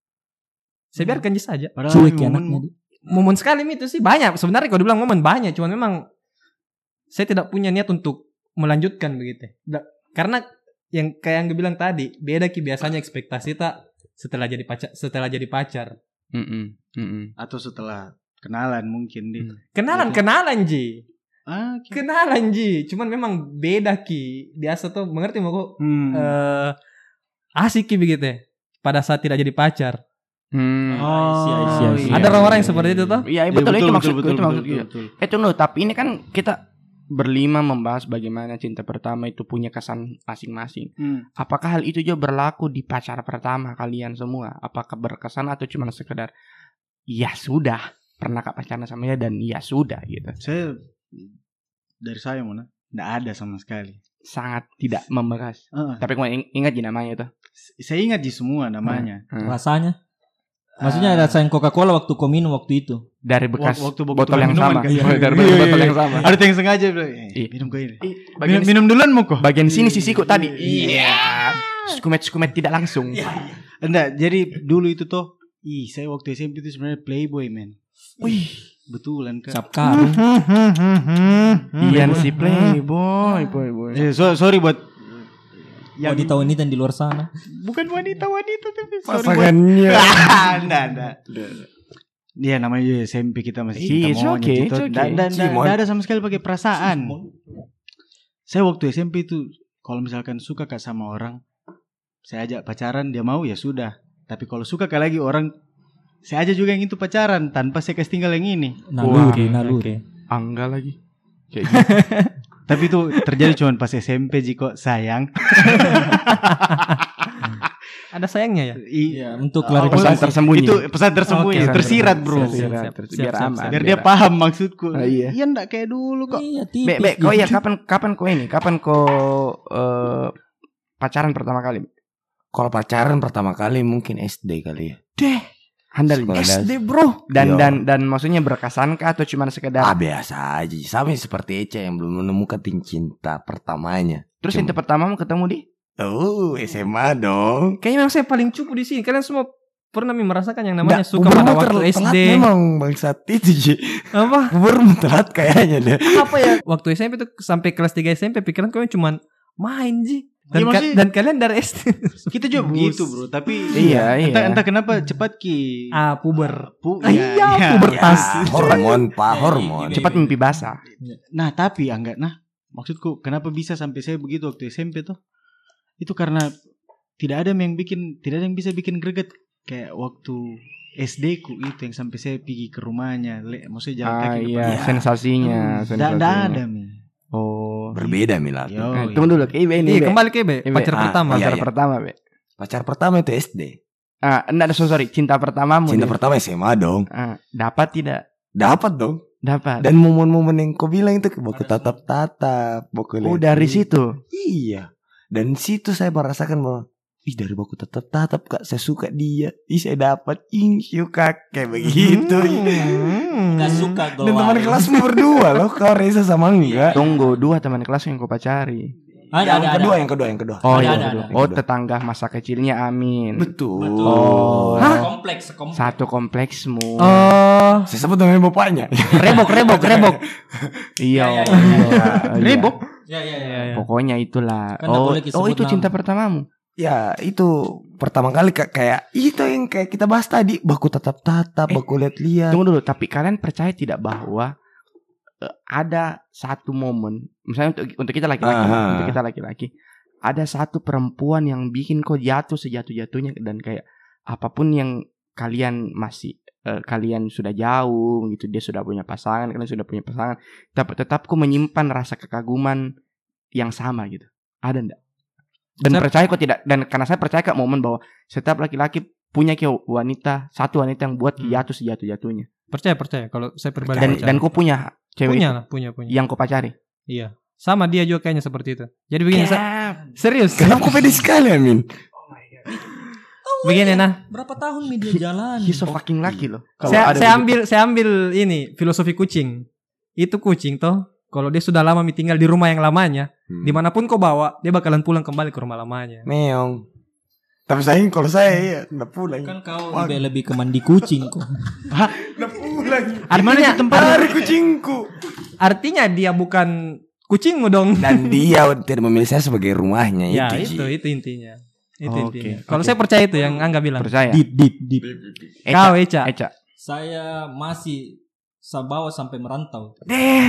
Saya biarkan Ji saja. Padahal Cuek ya momen- anaknya. Momen sekali itu sih banyak. Sebenarnya kalau dibilang momen banyak, cuman memang saya tidak punya niat untuk melanjutkan begitu. Nggak- karena yang kayak yang gue bilang tadi, beda ki biasanya ekspektasi tak setelah jadi pacar, setelah jadi pacar. Mm-mm, mm-mm. atau setelah kenalan mungkin di. Hmm. Kenalan, kenalan Ji. Ah, oke. Kenalan Ji. Cuman memang beda ki. Biasa tuh mengerti mau kok Hmm. eh asik ki begitu. Pada saat tidak jadi pacar. Hmm. Oh, I see, I see, I see. Ada orang-orang yang seperti itu tuh. Iya, Iya, betul, itu maksudku, betul, itu betul, maksudku. betul, betul. Eh tunggu, tapi ini kan kita berlima membahas bagaimana cinta pertama itu punya kesan masing-masing. Hmm. Apakah hal itu juga berlaku di pacar pertama kalian semua? Apakah berkesan atau cuma sekedar ya sudah pernah kak pacaran sama dia dan ya sudah gitu. Saya dari saya mana? Nggak ada sama sekali. Sangat tidak membekas. Ah, Tapi kamu ing- ingat ji namanya itu? saya ingat di semua namanya. Hmm. Rasanya. Maksudnya rasa yang Coca-Cola waktu kau minum waktu itu. Dari bekas Waktu botol yang minuman sama. kan? Dari Iya, iya, botol iya. yang sama. Ada yang sengaja bilang, eh, Iya. minum kau ini. Bagian, Minum, minum duluan mau kok. bagian sini sisiku tadi. Iya. Skumet-skumet tidak langsung. Enggak, jadi dulu itu tuh Ih, saya waktu S M P itu sebenarnya playboy, men. Wih, Betulan kan. Cap karung. Ian si playboy, boy, boy. Eh, so, sorry buat yang Wanita-wanita di luar sana. bukan wanita-wanita tapi sorry buat Pasangannya. Nggak, nggak. Dia namanya juga S M P kita masih cinta It's monyet okay, gitu. it's okay. Dan, dan, dan Cimon. nggak ada sama sekali pakai perasaan. Saya waktu S M P itu kalau misalkan suka kak sama orang, saya ajak pacaran, dia mau ya sudah. Tapi kalau suka kak lagi orang, saya aja juga yang itu pacaran tanpa saya kasih tinggal yang ini. Naluri, Wah, naluri. Angga lagi. Kayak gitu. Tapi itu terjadi cuma pas S M P Jiko sayang. Ada sayangnya ya? I- Iya, untuk Oh, pesan klarifikasi. tersembunyi. Itu pesan tersembunyi, Oke, tersirat bro. siap, siap, siap, Tersirat, siap, biar siap, aman. siap. Biar dia paham maksudku. Ah, iya. Iya enggak kayak dulu kok. Iya, Be, tipis. be, kau ya kapan kapan kau ini? Kapan kau eh, pacaran pertama kali? Kalau pacaran pertama kali mungkin S D kali ya. Deh, handal Sekolah S D dasar. bro. Dan Yo. dan dan maksudnya berkesan kah atau cuma sekedar? Ah biasa aja. Sama seperti Eca yang belum menemukan cinta pertamanya. Terus Cuma- cinta pertamamu ketemu di? Oh S M A dong. Kayaknya memang saya paling cupu di sini. Kalian semua pernah merasakan yang namanya Nggak, suka pada pubermu waktu terlalu S telat D. memang bangsat itu Ji. Apa? Pubermu telat kayaknya deh. Apa ya? Waktu S M P tuh sampai kelas tiga S M P pikiran kalian cuma main Ji. Dan, Iya, ka- maksudnya- dan kalian dari S D. Kita juga Bus. begitu bro. Tapi Iya, iya. Entah, entah kenapa cepat ki. Ah, puber. Pu, Ah, iya, pubertas. Ya, hormon pak hormon. Cepat mimpi basah. Nah tapi enggak nah maksudku kenapa bisa sampai saya begitu waktu S M P tuh? Itu karena tidak ada yang bikin tidak ada yang bisa bikin greget kayak waktu S D ku itu yang sampai saya pergi ke rumahnya, le, maksudnya jalan Ah kaki ke iya, depan. sensasinya, Hmm, sensasinya. Nggak ada mi. Oh. Berbeda Milat. Yo, Eh, iya. tunggu dulu, K I B ini. Iya, Be. kembali ke Be. Iya, Be. Pacar Ah, pertama. iya, Pacar iya. pertama, Be. Pacar pertama itu S D. Ah, enggak, so sorry, cinta pertamamu. Cinta nih. pertama S M A dong. Ah, dapat tidak? Dapat dong. Dapat. Dan momen-momen yang kau bilang itu baku tatap-tatap, baku Oh, lihat- dari situ. Iya. Dan situ saya merasakan bahwa ih dari baku tatap-tatap kak saya suka dia. Ih saya dapat insyu kak kayak begitu. Hmm. Gak suka Dan teman glowing. kelasmu berdua loh kau Reza sama enggak. Tunggu, dua teman kelas yang kau pacari. Ada, yang ada, kedua, ada. yang kedua, yang kedua. Oh, Ada, iya. ada, kedua. ada. Oh, tetangga masa kecilnya Amin. Betul. Betul. Oh. Hah? Kompleks, kompleks. Satu kompleksmu. Oh, Saya sebut namanya bapaknya. rebok, rebok, rebok. Iya. Ya, ya, ya. iya, iya. Rebok. Ya, ya, ya. Iya. Pokoknya itulah. Kan nggak Oh, boleh disebut oh itu nama. cinta pertamamu. Ya itu pertama kali kak kayak itu yang kayak kita bahas tadi baku tatap-tatap, Eh, baku lihat-lihat. Tunggu dulu, tapi kalian percaya tidak bahwa eh, ada satu momen, misalnya untuk untuk kita laki-laki, Aha. untuk kita laki-laki, ada satu perempuan yang bikin kau jatuh sejatuh-jatuhnya dan kayak apapun yang kalian masih eh, kalian sudah jauh gitu, dia sudah punya pasangan, kalian sudah punya pasangan, tetap tetap kau menyimpan rasa kekaguman yang sama gitu. Ada enggak? Dan Saya- percaya kok tidak, dan karena saya percaya kak momen bahwa setiap laki-laki punya kayak wanita, satu wanita yang buat Hmm. jatuh sejatuh-jatuhnya. Percaya, percaya. Kalau saya pribadi Dan percaya. dan kau punya cewek punya itu lah, punya, punya. yang kau pacari. Iya. Sama dia juga kayaknya seperti itu. Jadi begini, sa- Cap. serius. Kenapa kau pede sekali Amin? Begini nah. Berapa tahun media jalan? He's so fucking lucky loh. Kalau Saya, ada saya begitu. ambil saya ambil ini filosofi kucing. Itu kucing toh. Kalau dia sudah lama tinggal di rumah yang lamanya, Hmm. dimanapun kau bawa, dia bakalan pulang kembali ke rumah lamanya. Meong. Tapi saya kalau saya ya nggak pulang. Kan kau lebih, lebih ke mandi kucing kok. Nggak pulang. Artinya, Dari kucingku. artinya dia bukan kucingmu dong. Dan dia tidak memilih saya sebagai rumahnya Ya itu. itu Ji. itu intinya. Itu Oke, intinya. oke. Kalau saya percaya itu yang Angga bilang. percaya. Deep, deep, deep. Eca, Kau Eca. Eca. Saya masih saya bawa sampai merantau. Deh.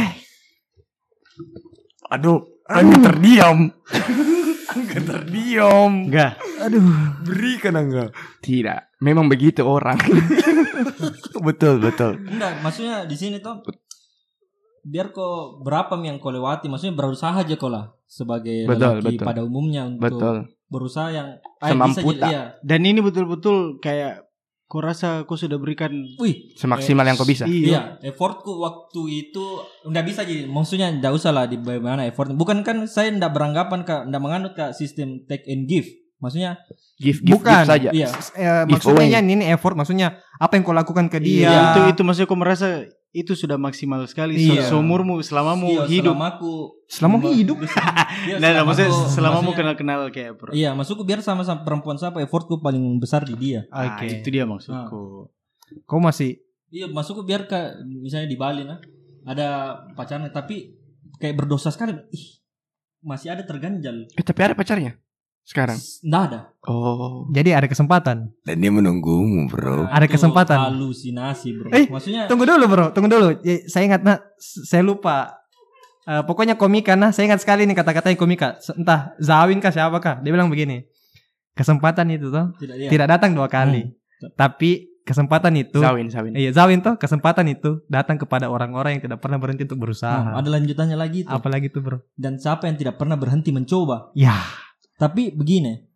Aduh, Angga terdiam. Angga terdiam. Enggak. Berikan Angga. Tidak. Memang begitu orang. Betul, betul. Enggak, maksudnya di sini tuh biar kok berapa yang kau lewati, maksudnya berusaha aja kau lah sebagai Betul, lelaki betul. pada umumnya untuk Betul. berusaha yang ah, Semampu bisa jadi- tak. iya. Dan ini betul-betul kayak kau rasa kau sudah berikan Wih, Semaksimal yang kau bisa. iya, effortku waktu itu nggak bisa jadi, maksudnya nggak usah lah di bagaimana effort. Bukan kan saya nggak beranggapan kak, nggak menganut kak sistem take and give. Maksudnya, Give, give, Bukan. give saja. iya, Eh, Give maksudnya away. ya, ini effort, maksudnya apa yang kau lakukan ke dia. Iya, itu itu maksudnya kau merasa itu sudah maksimal sekali Iya. se- seumurmu selamamu Iya, hidup. selama aku Selama hidup. Iya, Nah, nah, maksudnya aku- selamamu maksudnya- kenal-kenal kayak per- Iya, maksudku biar sama-sama perempuan siapa effortku paling besar di dia. Ah, Oke. itu dia maksudku. Kau masih Iya, maksudku biar ke misalnya di Bali nah ada pacarnya tapi kayak berdosa sekali. Ih, masih ada terganjal. Eh, tapi ada pacarnya sekarang. Nggak ada. Oh. jadi ada kesempatan. Dan dia menunggumu bro. Nah, Ada itu kesempatan. Halusinasi, bro. Eh, Maksudnya Tunggu dulu bro, tunggu dulu. Ya, saya ingat nah, s- saya lupa. Eh, pokoknya komika nah, saya ingat sekali nih kata-katanya komika. Se- Entah Zawin kah siapa kah. Dia bilang begini. Kesempatan itu tuh tidak dia. tidak datang dua kali. Hmm. Tapi kesempatan itu Zawin, Zawin. Iya, Zawin tuh kesempatan itu datang kepada orang-orang yang tidak pernah berhenti untuk berusaha. Nah, ada lanjutannya lagi itu. Apalagi tuh, Bro. Dan siapa yang tidak pernah berhenti mencoba? Ya. Tapi begini,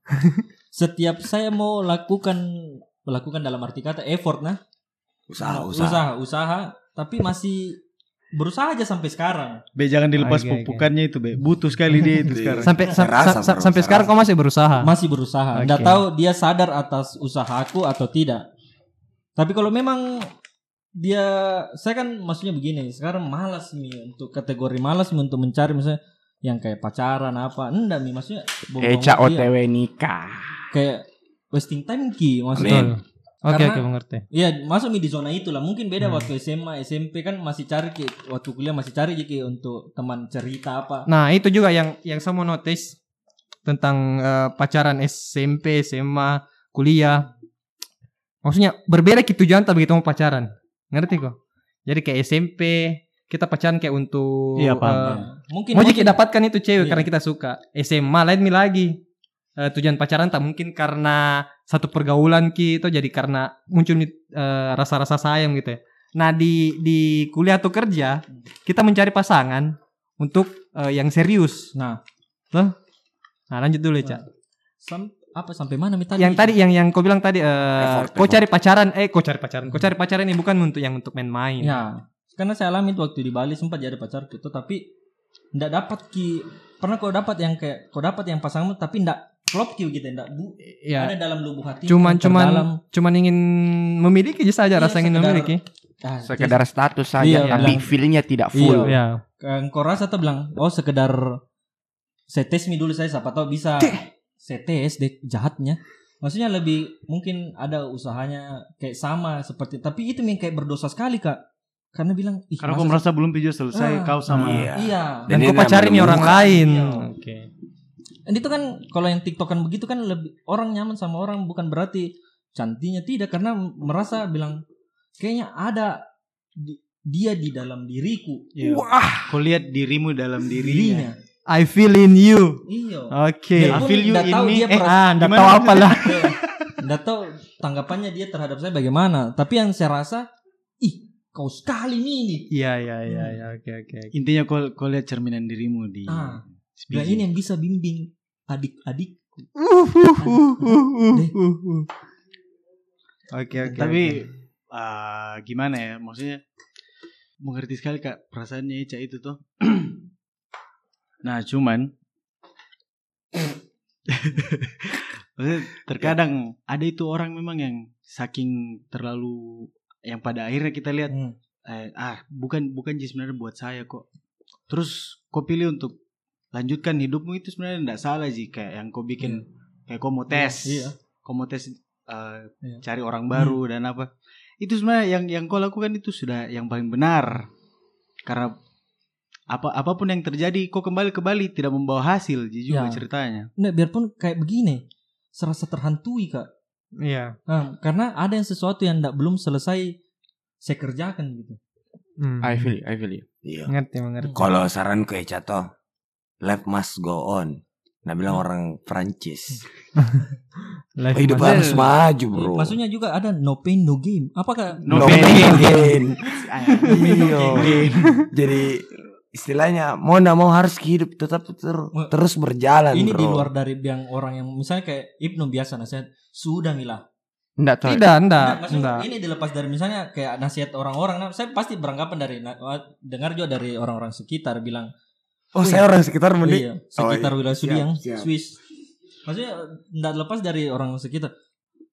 setiap saya mau lakukan melakukan dalam arti kata effort nah, Usaha, usaha, usaha. usaha, tapi masih berusaha aja sampai sekarang. Be jangan dilepas Oke, oke. pupukannya itu be. Butuh sekali dia itu sekarang. Sampai sam- Saya rasa, sam- sam- bro, sampai saya sekarang rasa. kau masih berusaha. Masih berusaha. Oke. Nggak tahu dia sadar atas usahaku atau tidak. Tapi kalau memang dia, saya kan maksudnya begini, sekarang malas nih untuk kategori malas nih untuk mencari misalnya yang kayak pacaran apa, enggak nih maksudnya. buang-buang Eca waktu, O T W iya. nikah. Kayak wasting time ki maksudnya. Amin. Oke, Karena- oke, mengerti. Iya, masuk nih di zona itu lah. Mungkin beda Hmm. waktu S M A, S M P kan masih cari ki, waktu kuliah masih cari ki untuk teman cerita apa. Nah, itu juga yang yang saya mau notice tentang eh, pacaran S M P, S M A, kuliah. Maksudnya berbeda gitu tujuan tak begitu mau pacaran. Ngerti kok? Jadi kayak S M P kita pacaran kayak untuk Iya, paham. eh, Ya. Mungkin mau mungkin- kita dapatkan itu cewek Iya. karena kita suka. S M A lain mi lagi. Eh, tujuan pacaran tak mungkin karena satu pergaulan ki itu jadi karena muncul eh, rasa-rasa sayang gitu ya. Nah di di kuliah atau kerja kita mencari pasangan untuk eh, yang serius. Nah, Loh? Nah lanjut dulu ya Cak. sam- apa sampai mana mi tadi? Yang tadi yang yang kau bilang tadi eh Effort, kau effort. cari pacaran eh kau cari pacaran. Kau cari pacaran ini bukan untuk yang untuk main-main. Ya, karena saya alami itu waktu di Bali sempat jadi pacar gitu, tapi ndak dapat ki. Pernah kau dapat yang kayak kau dapat yang pasanganmu tapi ndak klop ki gitu, ndak bu. Ya. Ada dalam lubuk hati. Cuman cuman dalam. cuman ingin memiliki saja Iya, rasa ingin sekedar- memiliki. Ah, Sekedar status saja, Iya, tapi bilang- feel-nya tidak full. Iya. Ya. Yang kau rasa tuh bilang, oh sekedar saya tes mi dulu saya siapa tahu bisa saya tes deh jahatnya. Maksudnya lebih mungkin ada usahanya kayak sama seperti, tapi itu yang kayak berdosa sekali kak. Karena bilang, ih, Karena kau masa merasa belum pijo selesai Ah. kau sama Iya. iya. Dan Dan kau dia pacarin nih orang menemukan. lain. Iya. Oke. Dan itu kan kalau yang tiktokan begitu kan lebih orang nyaman sama orang, bukan berarti cantiknya tidak, karena merasa bilang kayaknya ada di- dia di dalam diriku. Iya. Wah, Kau lihat dirimu dalam dirinya. Dirinya. I feel in you. Iya. Oke. I feel you nggak tahu in me. dia Eh, peras- Ah, enggak Gimana tahu apa lah. Nggak tahu tanggapannya dia terhadap saya bagaimana. Tapi yang saya rasa, ih kau sekali nih. Iya, iya, iya, iya. Oke, oke. oke. Intinya kau kau lihat cerminan dirimu di Ah, sebiji. Nah ini yang bisa bimbing adik-adik. Uh, uh, uh, uh, uh, uh, uh. Oke, oke. Tapi oke. ah, gimana ya? Maksudnya mengerti sekali kak perasaannya Ica itu tuh. Nah cuman maksudnya terkadang ada itu orang memang yang saking terlalu yang pada akhirnya kita lihat Hmm. eh, ah bukan bukan sih sebenarnya buat saya kok. Terus kau pilih untuk lanjutkan hidupmu itu sebenarnya tidak salah sih, kayak yang kau bikin kayak kau mau tes, Iya. kau mau tes eh, Iya. cari orang baru dan apa. Itu sebenarnya yang yang kau lakukan itu sudah yang paling benar. Karena apa apapun yang terjadi kau kembali ke Bali tidak membawa hasil juga Ya. ceritanya. Nah biarpun kayak begini, serasa terhantui kak. Iya. Nah, karena ada yang sesuatu yang tidak belum selesai saya kerjakan gitu. Hmm. I feel you, I feel you. Iya. Ngerti, mengerti. Kalau saran ke Eca toh, life must go on. Nah bilang Hmm. orang Prancis. Life Hidup must- harus maju bro. Maksudnya juga ada no pain no game. Apakah No No pain, pain, no gain. Iya. Iya. Jadi istilahnya mau nggak mau harus hidup tetap ter- terus berjalan ini bro. di luar dari yang orang yang misalnya kayak Ibnu biasa nasihat sudah milah. Enggak tahu. Tidak, enggak, Nah, maksudnya enggak. ini dilepas dari misalnya kayak nasihat orang-orang. Nah, saya pasti beranggapan dari nah, dengar juga dari orang-orang sekitar bilang, Oh saya orang sekitar mending. iya, sekitar Oh, iya. wilayah studi Siap, yang siap. Swiss. Maksudnya enggak lepas dari orang sekitar.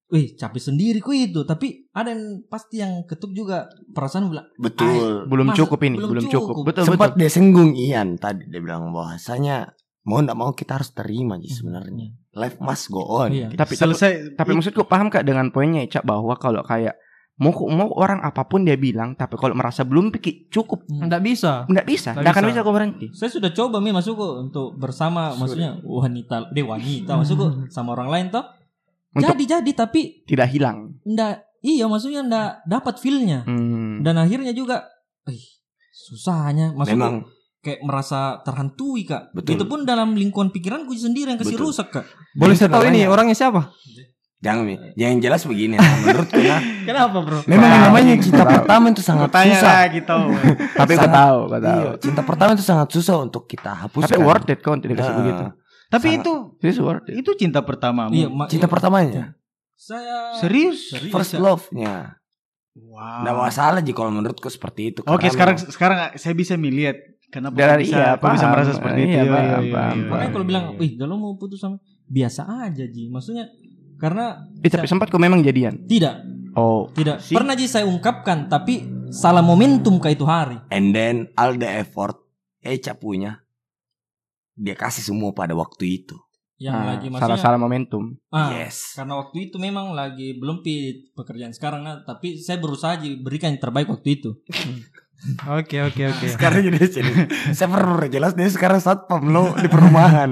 wih capek sendiri ku itu. Tapi ada yang pasti yang ketuk juga perasaan bilang, Betul. Belum Masa- cukup ini, belum belum cukup. cukup. Betul Sempat betul. dia singgung Ian tadi, dia bilang bahwasanya mau ndak mau kita harus terima sih sebenarnya. Life must go on. Iya. Tapi tapi, Selesai. tapi maksudku paham Kak dengan poinnya Ica bahwa kalau kayak mau mau orang apapun dia bilang, tapi kalau merasa belum pikir cukup, Nggak bisa. nggak bisa, Nggak nggak akan bisa. bisa kau berhenti. Saya sudah coba mi masukku untuk bersama, maksudnya wanita, deh wanita masukku sama orang lain toh. Untuk- Jadi jadi tapi Tidak hilang. ndak, iya maksudnya ndak dapat feel-nya. Hmm. Dan akhirnya juga, ih susahnya masukku. Memang Kayak merasa terhantui kak. Betul. Itu pun dalam lingkungan pikiranku sendiri yang kasih Betul. rusak kak. Boleh saya tahu ini namanya- orangnya siapa? jangan Mi. Yang jelas begini nah, menurutku nah, Kenapa bro? memang yang Tahu. namanya cinta Tahu. pertama itu sangat Tanya susah. lagi tahu. Tapi kau Sangat- tahu, kau tahu. Iya, cinta pertama itu sangat susah untuk kita hapuskan. Tapi worth it kau untuk dikasih Nah, begitu. Tapi Sangat- itu It's worth it. itu cinta pertamamu. Iya, ma- cinta pertamanya, saya Serius? serius, first Kak. love-nya. Wow. Nggak masalah Ji kalau menurutku seperti itu. Oke, Karena sekarang memang- sekarang saya bisa melihat kenapa Dari- kau bisa, iya, kau bisa paham. merasa seperti Iya, itu. Iya, paham, iya, paham, iya, iya. Makanya kalau Iya, bilang, iya. wih kalau mau putus sama biasa aja Ji. Maksudnya karena Eh, tapi saya- sempat kau memang jadian. tidak, Oh, tidak Si- pernah Ji saya ungkapkan, tapi salah momentum ke itu hari. and then all the effort Eca punya dia kasih semua pada waktu itu. Yang nah, lagi maksudnya, salah-salah momentum. ah, Yes. karena waktu itu memang lagi belum pi pekerjaan sekarang nah, tapi saya berusaha Ji berikan yang terbaik waktu itu. Oke oke oke. Sekarang jadi sini. Saya perlu jelas dia sekarang satpam lo di perumahan.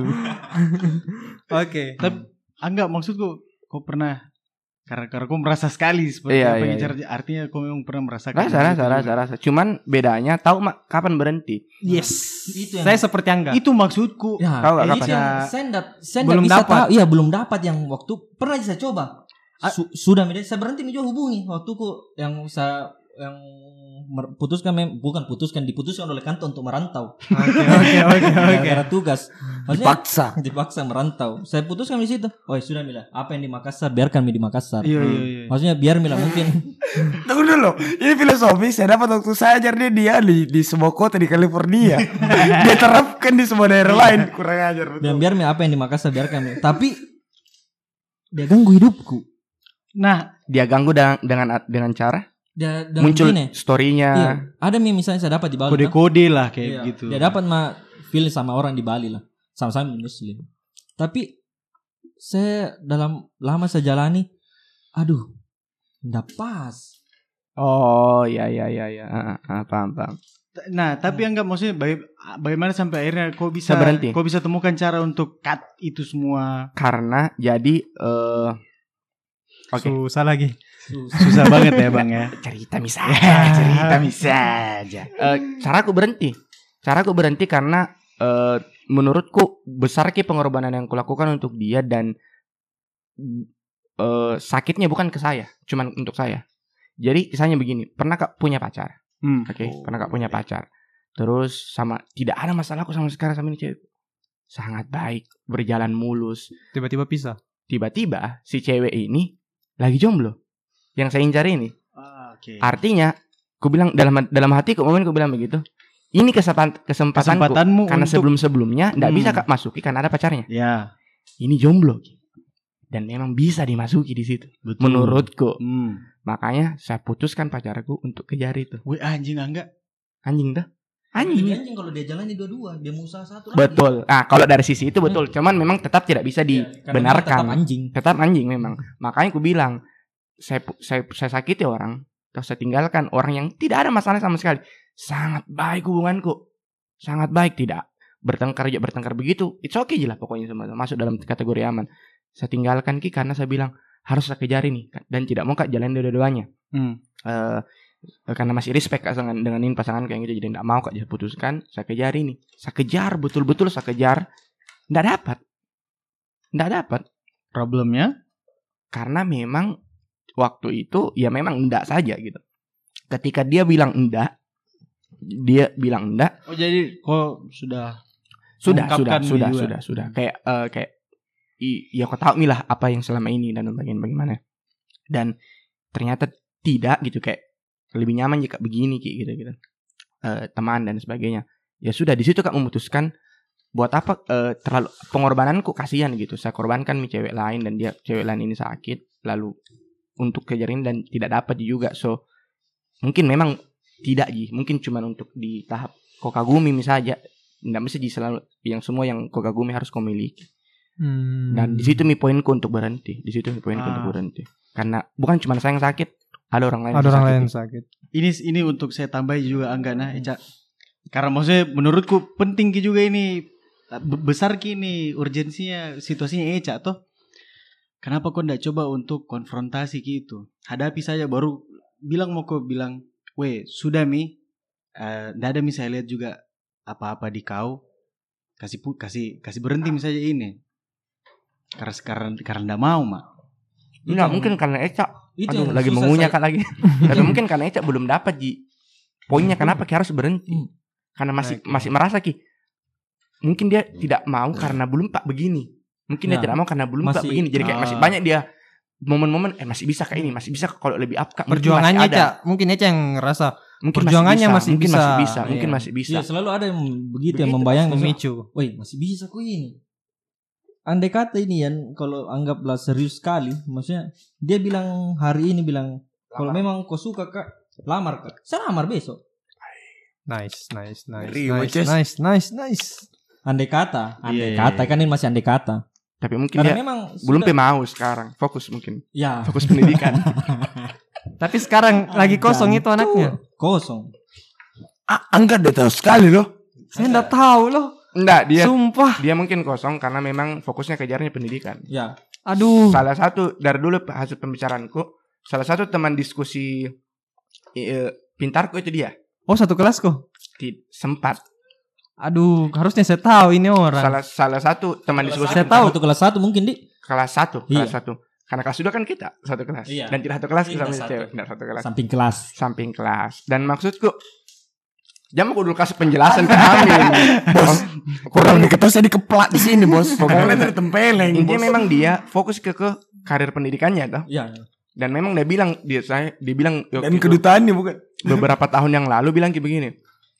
Oke. Tapi enggak maksudku kau pernah karena karena kau merasa sekali seperti Iya, apa iya, yang iya. cara- artinya kau memang pernah merasakan. Rasa, hal itu rasa, juga. rasa, rasa. Cuman bedanya tahu mak kapan berhenti. Yes. Itu yang- Saya seperti Angga. Itu maksudku. Ya, Tahu nggak itu kapan? yang saya ndak saya ndak Belum bisa dapat. tahu. Iya, belum dapat yang waktu pernah saya coba. Su- sudah Mede, saya berhenti juga hubungi waktu ku yang saya yang mer- putuskan mem- bukan putuskan diputuskan oleh kantor untuk merantau. Oke oke oke oke. Gara-gara tugas. Maksudnya Dipaksa. dipaksa merantau. Saya putuskan di situ. Oh, sudah Mila, apa yang di Makassar biarkan mi di Makassar. Iya, Hmm. iya, iya. Maksudnya biar Mila mungkin Tunggu dulu. Ini filosofi saya dapat waktu saya ajar dia dia di, di sebuah kota di California. Dia terapkan di semua daerah lain. Kurang ajar betul. dan biar mi apa yang di Makassar biarkan mi. Tapi dia ganggu hidupku. Nah, Dia ganggu dengan dengan dengan cara Dia dan muncul gini, story-nya. iya, ada mi misalnya saya dapat di Bali. toh. kode-kode lah kayak Iya, gitu. Dia dapat mah feel sama orang di Bali lah. Sama-sama muslim. Tapi saya dalam lama saya jalani, aduh, ndak pas. Oh, iya iya iya iya. Ah, ah, paham paham. Nah, tapi enggak maksudnya baga- bagaimana sampai akhirnya kau bisa Bisa berhenti. kau bisa temukan cara untuk cut itu semua. Karena jadi eh Oke. Susah lagi. Susah banget ya, Bang ya. cerita misalnya, cerita misalnya. Eh, cara aku berhenti. Cara aku berhenti karena eh, menurutku besar ki pengorbanan yang kulakukan untuk dia dan eh, sakitnya bukan ke saya, cuman untuk saya. Jadi kisahnya begini, pernah Kak punya pacar, Hmm. oke? Pernah Kak punya pacar. Terus sama tidak ada masalah aku sama sekarang sama ini cewek. Sangat baik, berjalan mulus. Tiba-tiba pisah. Tiba-tiba si cewek ini lagi jomblo. Yang saya incar ini. Ah, oke. Artinya, aku bilang dalam dalam hatiku momen aku bilang begitu. Ini kesempatan kesempatanku Kesempatanmu karena untuk sebelum-sebelumnya tidak Hmm. bisa Kak masuki karena ada pacarnya. ya, Ini jomblo dan memang bisa dimasuki di situ. betul. Menurutku. Hmm. Makanya saya putuskan pacarku untuk kejar itu. Wih, anjing enggak? Anjing dah. Anjing, Anjing. anjing kalau dia jalan di dua-dua, dia mau usaha satu lagi. Betul. Ah, kalau dari sisi itu betul. Cuman memang tetap tidak bisa Iya, karena dia tetap dibenarkan. anjing. Tetap anjing memang. Makanya aku bilang saya pu- saya saya sakiti orang, terus saya tinggalkan orang yang tidak ada masalah sama sekali. Sangat baik hubunganku. Sangat baik, tidak bertengkar aja bertengkar begitu. It's okay aja lah pokoknya semua masuk dalam kategori aman. Saya tinggalkan ki karena saya bilang harus saya kejar ini dan tidak mau Kak jalan dua-duanya. Hmm. Eh, karena masih respect Kak dengan dengan ini pasangan kayak gitu, jadi tidak mau Kak jadi putuskan. Saya kejar ini, saya kejar betul-betul saya kejar, tidak dapat, tidak dapat Problemnya? karena memang waktu itu ya memang enggak saja gitu. Ketika dia bilang enggak, dia bilang enggak, Oh, jadi kok sudah sudah Mengungkapkan sudah sudah juga. sudah sudah kayak eh, kayak i- ya kau tahu nih lah apa yang selama ini dan bagian bagaimana. Dan ternyata tidak gitu, kayak lebih nyaman jika begini kayak gitu gitu. Eh, teman dan sebagainya. Ya sudah di situ Kak memutuskan buat apa eh, terlalu pengorbananku kasihan gitu. Saya korbankan nih cewek lain dan dia cewek lain ini sakit lalu untuk kejar ini dan tidak dapat juga. So mungkin memang tidak Ji, mungkin cuma untuk di tahap kau kagumi misalnya. Tidak mesti Ji selalu yang semua yang kau kagumi harus kau miliki. Hmm. Dan di situ mi poinku untuk berhenti. Di situ mi poinku Ah. untuk berhenti. Karena bukan cuma saya yang sakit, ada orang lain Ada yang orang sakit. lain sakit. Ini ini untuk saya tambah juga Anggana Eca. Karena maksudnya menurutku penting ki juga ini be- besar ki ini urgensinya situasinya Eca toh. Kenapa kau ndak coba untuk konfrontasi ki itu? Hadapi saja baru bilang mau kau bilang, "Weh, sudah mi. Eh, ndak ada mi saya lihat juga apa-apa di kau. Kasih pu- kasih kasih berhenti misalnya ini." Karena sekarang karena ndak mau, Mak. Enggak, Itu mungkin yang- karena Eca itu aduh yang lagi susah mengunyah saya- kan lagi. Tapi mungkin karena Eca belum dapat Ji. Poinnya kenapa Ki harus berhenti? Hmm. Karena masih Oke. masih merasa Ki. Mungkin dia tidak mau karena belum Pak begini. Mungkin dia Ya, tidak mau karena belum Pak masih- begini. Jadi kayak ah. masih banyak dia momen-momen eh masih bisa kayak ini, masih bisa kalau lebih up Kak. Mungkin Perjuangannya masih ada. Cak, mungkin Eca yang ngerasa Mungkin perjuangannya masih masih mungkin bisa. masih bisa, mungkin Iya. masih bisa. Iya, selalu ada yang begitu, yang Begitu, membayang memicu. Woi, masih bisa kok ini. Andai kata ini Yan, kalau anggaplah serius sekali, maksudnya dia bilang hari ini bilang kalau memang kau suka Kak, lamar Kak. Saya lamar besok. Nice, nice, nice, Ngeri, nice, Waces. nice, nice, nice. Andai kata, andai Iya, kata iya. kan ini masih andai kata. Tapi mungkin Karena dia memang belum sudah- pe mau sekarang. Fokus mungkin. Ya. Fokus pendidikan. Tapi sekarang lagi kosong itu anaknya. Kosong. Ah, Angga udah tahu sekali loh. Saya enggak tahu loh. Enggak, dia Sumpah. dia mungkin kosong karena memang fokusnya kejarnya pendidikan. Ya. Aduh. Salah satu dari dulu hasil pembicaraanku, salah satu teman diskusi eh, pintarku itu dia. Oh, satu kelas kok. Ti- sempat Aduh, harusnya saya tahu ini orang. salah salah satu teman diskusi Saya pintar- tahu. Waktu kelas satu mungkin di kelas satu Iya. kelas satu karena kelas dua kan kita satu kelas Iya. dan tidak satu kelas Iya, sama satu. cewek tidak satu kelas samping kelas. samping kelas dan maksudku jam aku dulu kasih penjelasan ke kami bos Kurang diketahui saya dikeplak di sini bos. Pokoknya dari tempeleng. intinya bos. memang dia fokus ke ke karir pendidikannya toh Iya. dan memang dia bilang dia saya dia bilang Dan waktu itu, kedutaannya bukan. beberapa tahun yang lalu bilang kayak begini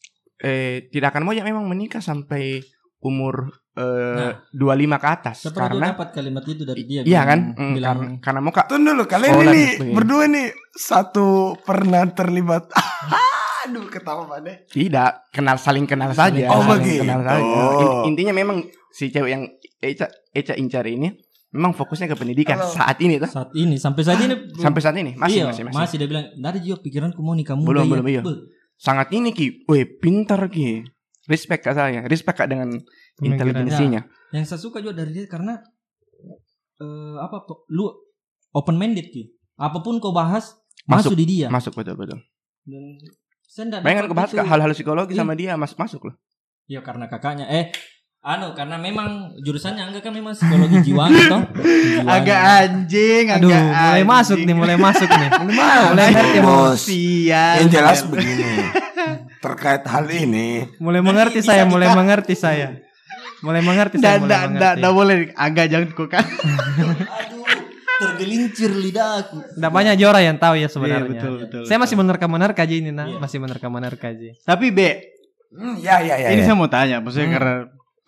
eh tidak akan mau ya memang menikah sampai umur eh, Nah. dua puluh lima ke atas Saya pernah karena dapat kalimat itu dari dia. iya bilang- kan Mm, bilang karena karena mau kak Tunggu dulu, kalian Sekolah ini dan sebagainya. berdua nih satu pernah terlibat. Aduh, ketawa pada. tidak kenal saling kenal saja Oh, saling begitu. kenal saja In- intinya memang si cewek yang Eca Eca incar ini memang fokusnya ke pendidikan Halo. saat ini tuh saat ini sampai saat ini sampai saat ini masih iya, masih masih dia bilang dari juga pikiranku mau nikah muda. Belum, ya." belum, iya. Beuh. sangat ini Ki weh pintar Ki respect kak saya respect kak dengan Pemikiran. intelijensinya Yang saya suka juga dari dia karena eh, apa po- lu open minded Ki. Apapun kau bahas Masuk. masuk, di dia. masuk betul betul Dan saya ndak bayangkan dapat kau bahas itu. Kak, hal-hal psikologi Iya. sama dia mas masuk loh Ya karena kakaknya eh anu karena memang jurusannya Angga kan memang psikologi jiwa gitu. Agak anjing, Aduh, agak mulai anjing. masuk nih, mulai masuk nih. Mulai Mulai ngerti mau. bos. Sial. Yang jelas sial. begini. Terkait hal ini, Mulai mengerti saya, mulai mengerti saya. Mulai mengerti saya, Nggak, mulai nggak, nggak, mengerti. nggak boleh. Agak jangan kok kan. Aduh, tergelincir lidahku. Nggak banyak Jora yang tahu ya sebenarnya. Iya, betul, betul, Saya betul. masih menerka-menerka aja ini, nah. Iya. Masih menerka-menerka aja. Tapi Be, hmm, ya ya ya. ini ya. saya mau tanya, maksudnya Hmm. karena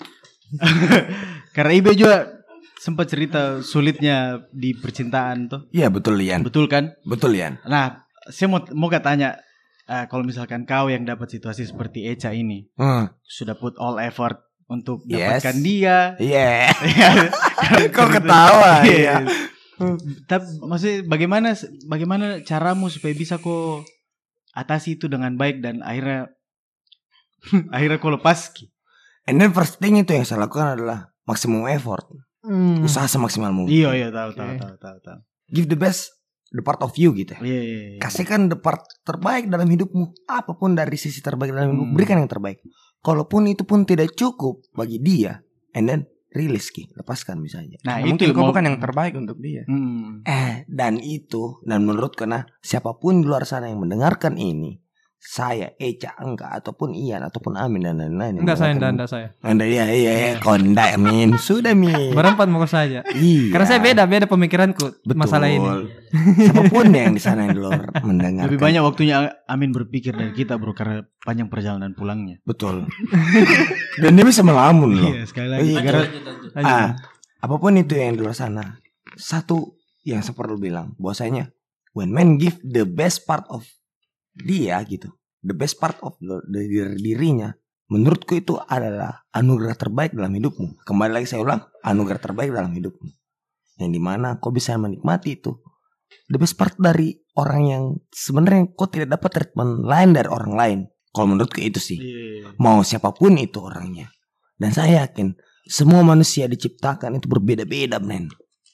karena Ibe juga sempat cerita sulitnya di percintaan tuh, Iya betul Lian, betul kan? betul Lian. Nah, saya mau mau tanya, eh, kalau misalkan kau yang dapat situasi seperti Eca ini, Hmm. sudah put all effort untuk Yes. dapatkan dia, Iya. Kok ketawa Iya. ya? Tapi maksudnya bagaimana bagaimana caramu supaya bisa kok atasi itu dengan baik dan akhirnya akhirnya kau lepas? And then first thing itu yang saya lakukan adalah maksimum effort, Hmm. usaha semaksimal mungkin. Iya iya tahu tahu Oke. tahu tahu tahu. Give the best, the part of you gitu. Iya iya. iya. Kasihkan the part terbaik dalam hidupmu, apapun dari sisi terbaik dalam hidupmu, Hmm. berikan yang terbaik. Kalaupun itu pun tidak cukup bagi dia, and then rilis Ki, lepaskan misalnya. Nah, Nah, itu mungkin kau mau- bukan yang terbaik untuk dia Hmm. Eh, dan itu, dan menurut karena siapapun di luar sana yang mendengarkan ini, saya, Eca, enggak, ataupun Ian, ataupun Amin dan lain-lain. Enggak saya, enggak, enggak saya. Anda ya, iya, iya, kondak Min, sudah Min. Berempat mau saja. Iya. Karena saya beda, beda pemikiranku Betul. masalah ini. Siapapun yang di sana yang di luar mendengarkan. Lebih banyak waktunya Amin berpikir dari kita bro, karena panjang perjalanan pulangnya. Betul. Dan dia bisa melamun loh. Iya, sekali lagi. Iya, Karena Lanjut. Ah, apapun itu yang di luar sana, satu yang saya perlu bilang, bahwasanya when man give the best part of dia gitu, the best part of the, the, the- dirinya, menurutku itu adalah anugerah terbaik dalam hidupmu. Kembali lagi saya ulang, anugerah terbaik dalam hidupmu, yang dimana kau bisa menikmati itu. The best part dari orang yang sebenarnya kau tidak dapat treatment lain dari orang lain. Kalau menurutku itu sih, Iya. mau siapapun itu orangnya. Dan saya yakin semua manusia diciptakan itu berbeda-beda, men.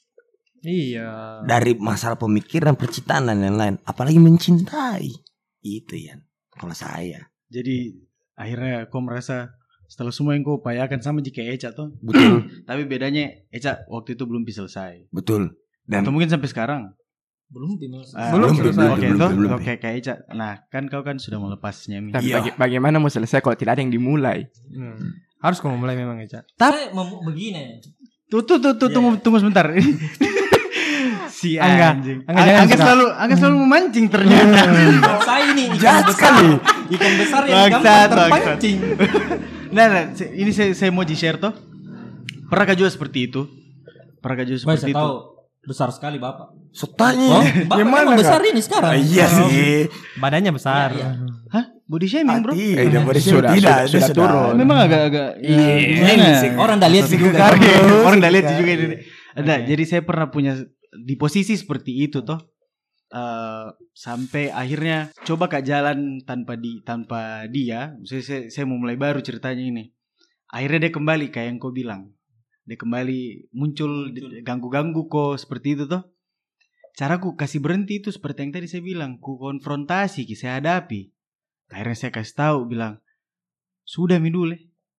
Iya. Dari masalah pemikiran, percintaan dan lain-lain. Apalagi mencintai. Itu ya. Kalau saya. Jadi akhirnya kau merasa setelah semua yang kau upayakan sama jika Eca tuh. Betul. Tapi bedanya Eca waktu itu belum bisa selesai. Betul. Dan Atau mungkin sampai sekarang. Belum Bimo. Ah, Belum oke, selesai. Oke, Belum, toh, belum, belum. oke kayak Eca. Nah, kan kau kan sudah melepasnya. Mi. Tapi Iya. baga- bagaimana mau selesai kalau tidak ada yang dimulai? Hmm. Harus kamu mulai memang Eca. Saya mem- begini. Tuh tuh tuh, tuh Iya, tunggu iya. tunggu sebentar. Si Angga, anjing. Angga, jangan Angga suka. selalu Angga selalu memancing ternyata. Saya ini ikan Jahat besar. sekali. Ikan besar yang Bangsat, gampang bangsat. terpancing. Nah, nah, se- ini saya saya mau di-share toh. Pernahkah juga seperti itu? Pernahkah juga Baik, seperti saya itu? tahu besar sekali Bapak. sotanya. Oh, Bapak memang besar ini sekarang. Ah, iya sih. Badannya besar. Iya, iya. Hah? Body shaming, Bro? Iya, Eh, pada sudah, tidak, sudah, dia sudah turun. Memang agak-agak ya, Iya, gimana? sih. Orang udah lihat juga. Karena Orang udah lihat juga ini. Ada, jadi saya pernah punya di posisi seperti itu toh. Eh, sampai akhirnya coba kak jalan tanpa di tanpa dia. Saya, saya, saya mau mulai baru ceritanya ini. Akhirnya dia kembali kayak yang kau bilang. Dia kembali muncul di- ganggu-ganggu kok seperti itu toh. Caraku kasih berhenti itu seperti yang tadi saya bilang, ku konfrontasi, ki saya hadapi. Akhirnya saya kasih tahu bilang, sudah mi dulu.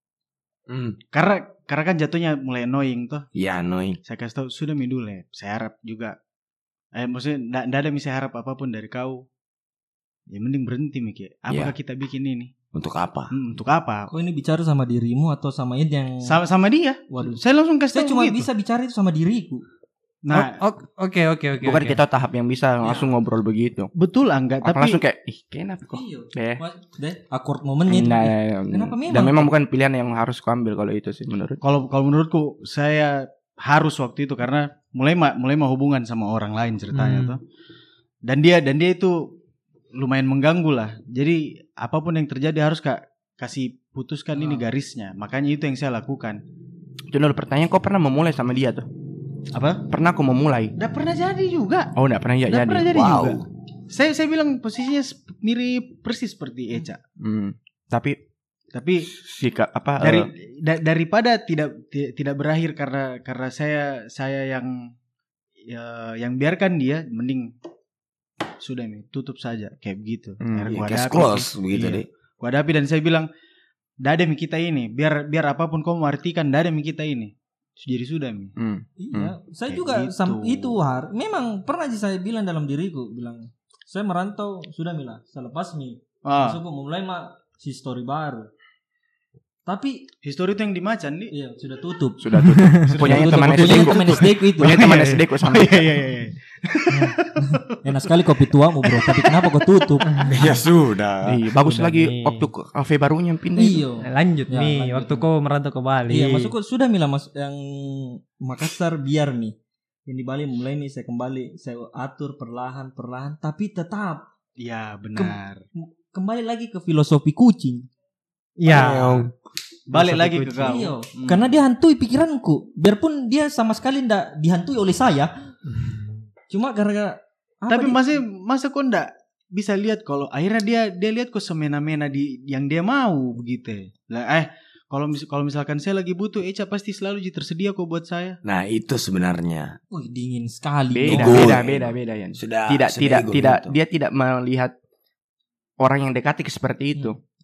Hmm. Karena karena kan jatuhnya mulai annoying toh. Ya, annoying. Saya kasih tahu sudah mi dulu. Saya harap juga eh maksudnya ndak ndak ada mi saya harap apapun dari kau. Ya mending berhenti mi Ki. Apakah Iya. kita bikin ini? Untuk apa? Hmm, untuk apa? Kau ini bicara sama dirimu atau sama ini yang Sama sama dia. Waduh. Saya langsung kasih Saya tahu cuma begitu. bisa bicara itu sama diriku. Nah, Oh, oh, Oke oke oke. Bukan oke. kita tahap yang bisa langsung ngobrol begitu. betul Angga, Apa tapi langsung kayak, ih kenapa kok? Iya. Deh. Wah, Deh, akord momennya itu. Nah, Kenapa memang? dan memang bukan pilihan yang harus kuambil kalau itu sih menurut. kalau kalau menurutku saya harus waktu itu karena mulai ma, mulai mau hubungan sama orang lain ceritanya Hmm. tuh. Dan dia dan dia itu lumayan mengganggu lah. Jadi apapun yang terjadi harus kak kasih putuskan ini Ah. garisnya. Makanya itu yang saya lakukan. Itu dulu pertanyaan, kok pernah memulai sama dia tuh? Apa? Pernah aku memulai? Udah pernah jadi juga. Oh, enggak pernah ya Udah jadi. pernah jadi Wow. juga. Saya saya bilang posisinya sep- mirip persis seperti Eca. Hmm. Tapi Tapi sikap apa dari eh, da- daripada tidak ti- tidak berakhir karena karena saya saya yang ya, yang biarkan dia, mending sudah nih tutup saja kayak begitu. Hmm, Akhirnya Ya, gua case hadapi. close begitu Iya. deh. Gua hadapi dan saya bilang, "Dada mi kita ini, biar biar apapun kau mengartikan dada mi kita ini." Jadi sudah mi. hmm. Iya, saya Kayak juga gitu. sam- itu har. Memang pernah sih saya bilang dalam diriku, bilang saya merantau sudah Mila, selepas mi, Ah, masuk mulai mah history baru. Tapi histori itu yang di Macan nih. iya sudah tutup. Sudah tutup. Punya Tutup. teman Punya S D ku. teman S D ku itu. Punya teman S D ku sama. Iya iya iya. Enak sekali kopi tuamu bro, tapi kenapa kau tutup? Ya sudah. Iya, bagus Udah lagi nih. waktu ke kafe barunya yang pindah. itu. Iya. Lanjut Ya, nih, lanjut. waktu kau merantau ke Bali. Iya, maksudku sudah Mila mas yang Makassar biar nih. Yang di Bali mulai nih saya kembali, saya atur perlahan-perlahan, tapi tetap Iya benar. kembali lagi ke filosofi kucing. Iya. Balik Filosofi lagi ke kucing. kau. Iya, Hmm. karena dia hantui pikiranku. Biarpun dia sama sekali ndak dihantui oleh saya. Cuma gara-gara apa Tapi di- masih masa kok ndak bisa lihat kalau akhirnya dia dia lihat kok semena-mena di yang dia mau begitu. Lah eh kalau mis kalau misalkan saya lagi butuh Eca pasti selalu ji tersedia kok buat saya. Nah, itu sebenarnya. Wih, dingin sekali. Beda, Ego. beda, beda, beda ya. Sudah Tidak, sudah tidak, ego tidak. gitu. Dia tidak melihat orang yang dekati seperti itu.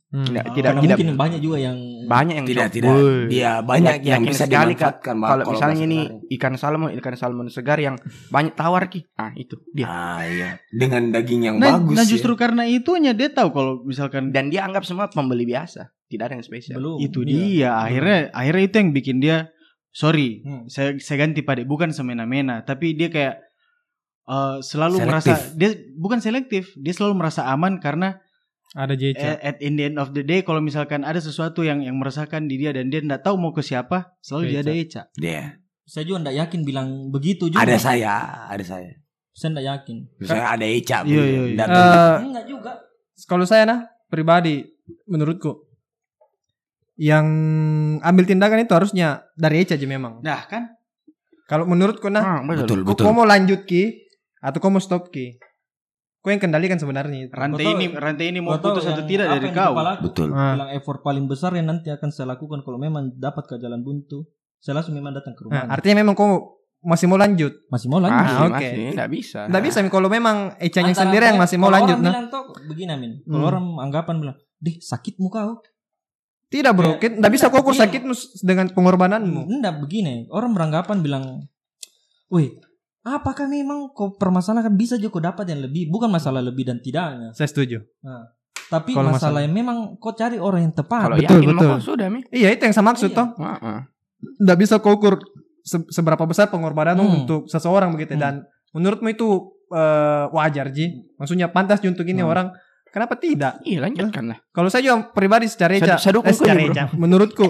Hmm. Tidak, Oh. tidak, Karena tidak mungkin banyak juga yang banyak yang Tidak, shock. tidak. Woi. Dia banyak Ya- yang yakin bisa sekali, Kak. dimanfaatkan. Bang, Kalau misalnya bahasa ini sekarang. ikan salmon, ikan salmon segar yang banyak tawar ki. Ah, itu dia. Ah iya. Dengan daging yang Nah, bagus nah ya. justru karena itunya dia tahu kalau misalkan Dan dia anggap semua pembeli biasa, tidak ada yang spesial. belum. itu Iya. dia akhirnya akhirnya itu yang bikin dia sorry Hmm. saya saya ganti pada bukan semena-mena tapi dia kayak eh, selalu Selektif. merasa dia bukan selektif dia selalu merasa aman karena Ada Jeca. eh, at in the end of the day kalau misalkan ada sesuatu yang yang meresahkan di dia dan dia tidak tahu mau ke siapa selalu dia ada Eca. Dia. Saya juga enggak yakin bilang begitu juga. Ada saya, ada saya. Saya enggak yakin. Misalnya ada Eca. Iya, iya, iya. Datang. Eh, Enggak juga. kalau saya nah pribadi menurutku yang ambil tindakan itu harusnya dari Eca aja memang. Nah kan Kalau menurutku nah, Ah, betul. betul, kau betul. kau mau lanjut ki atau kau mau stop ki, kau yang kendalikan sebenarnya itu. rantai Kau tahu- ini rantai ini mau Kau tahu putus atau yang tidak apa dari yang di kau. kepalaku? Betul. Ah. Bilang effort paling besar yang nanti akan saya lakukan kalau memang dapat ke jalan buntu. Saya langsung memang datang ke Nah, rumah. artinya memang kau masih mau lanjut. Masih mau lanjut. Masih, Ah, oke. masih, enggak bisa. Nggak bisa Mi, kalau memang Eca yang Antara sendiri yang masih mau kalau lanjut orang nah. bilang tuh begini Amin. Kalau Hmm. orang anggapan bilang, "Dih, sakitmu kau." Tidak bro, Ya, nggak bisa kau ukur iya. sakitmu dengan pengorbananmu. Enggak begini. Orang beranggapan bilang, "Wih, apakah memang kau permasalahan bisa juga kau dapat yang lebih? Bukan masalah lebih dan tidaknya. Saya setuju. Tapi Kalau masalahnya memang kau cari orang yang tepat." Kalau Betul, yakin betul. mau sudah mi. Iya itu yang saya maksud Iya. toh. Heeh. Nggak bisa kau ukur se- seberapa besar pengorbananmu Hmm. untuk seseorang begitu. Hmm. Dan menurutmu itu eh, wajar Ji? Maksudnya pantas Ji untuk ini Hmm. orang. Kenapa tidak? Iya, lanjutkan lah. Kalau saya juga pribadi secara Saya- Eca, saya dukung eh, secara kau, bro. Eca, menurutku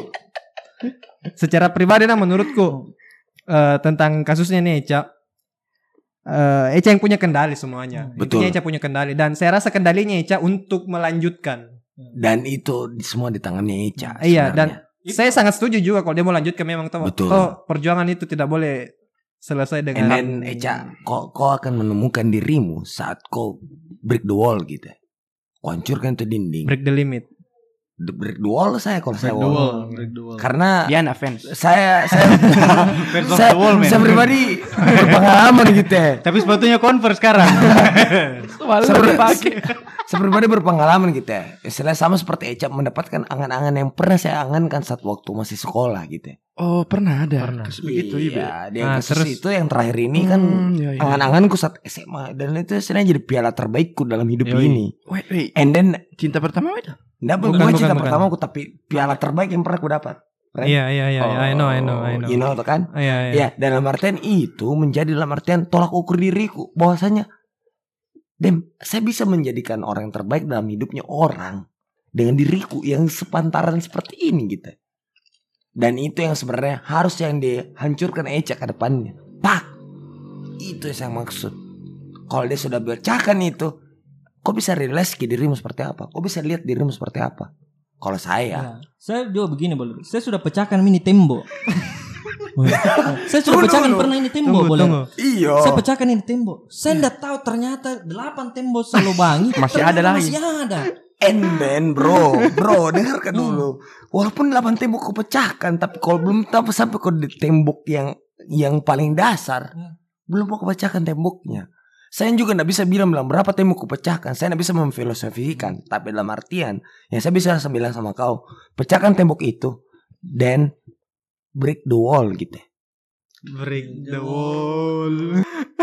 secara pribadi nah menurutku eh, tentang kasusnya nih Eca, eh, Eca yang punya kendali semuanya. Betul. Intinya Eca punya kendali dan saya rasa kendalinya Eca untuk melanjutkan. Dan itu di- semua di tangannya Eca. Iya, dan sebenarnya. saya sangat setuju juga kalau dia mau lanjutkan memang toh, Betul. toh perjuangan itu tidak boleh selesai And dengan then Eca, kau, kau akan menemukan dirimu saat kau break the wall gitu. Kau hancurkan itu dinding. break the limit. The break the wall saya kalau saya Break the wall. wall, break the wall. Karena Dia anak fans. saya saya Fans of saya, the wall, man. saya pribadi berpengalaman gitu ya. Tapi sepatunya Converse sekarang. Saya, ber- saya pribadi berpengalaman gitu ya. Istilah sama seperti Eca mendapatkan angan-angan yang pernah saya angankan saat waktu masih sekolah gitu ya. Oh, pernah ada. Pernah. Kasus begitu Ibe. Iya, dia Nah, kasus terus- itu yang terakhir ini kan Hmm, iya, iya. angan-anganku saat S M A dan itu istilahnya jadi piala terbaikku dalam hidup Yoi. ini. Wait, wait. And then Cinta pertama itu? enggak Bukan, bukan bukan, cinta bukan. pertamaku tapi piala terbaik yang pernah aku dapat. Right? Iya iya iya, iya. I know I know I know. You know tuh kan? Iya iya. Ya, dalam artian itu menjadi dalam artian tolak ukur diriku bahwasanya Dem, saya bisa menjadikan orang yang terbaik dalam hidupnya orang dengan diriku yang sepantaran seperti ini gitu. Dan itu yang sebenarnya harus yang dihancurkan Eca ke depannya. Pak, itu yang saya maksud. Kalau dia sudah bacakan itu, kok bisa realize ke dirimu seperti apa? Kok bisa lihat dirimu seperti apa? Kalau saya, Ya, saya juga begini boleh. Saya sudah pecahkan ini tembok. Saya sudah Tunggu pecahkan dulu. pernah ini tembok Tunggu boleh. tunggu. iya. Saya pecahkan ini tembok. Saya enggak tahu ternyata delapan tembok selubangi Masih ternyata ada lagi. Masih ada. And then bro, bro dengarkan dulu. Walaupun delapan tembok kau pecahkan, tapi kalau belum tahu sampai kau di tembok yang yang paling dasar, Hmm. belum mau kau pecahkan temboknya. Saya juga tidak bisa bilang bilang berapa tembok kau pecahkan. Saya tidak bisa memfilosofikan. Tapi dalam artian, yang saya bisa bilang sama kau, pecahkan tembok itu, then break the wall gitu. Break the wall.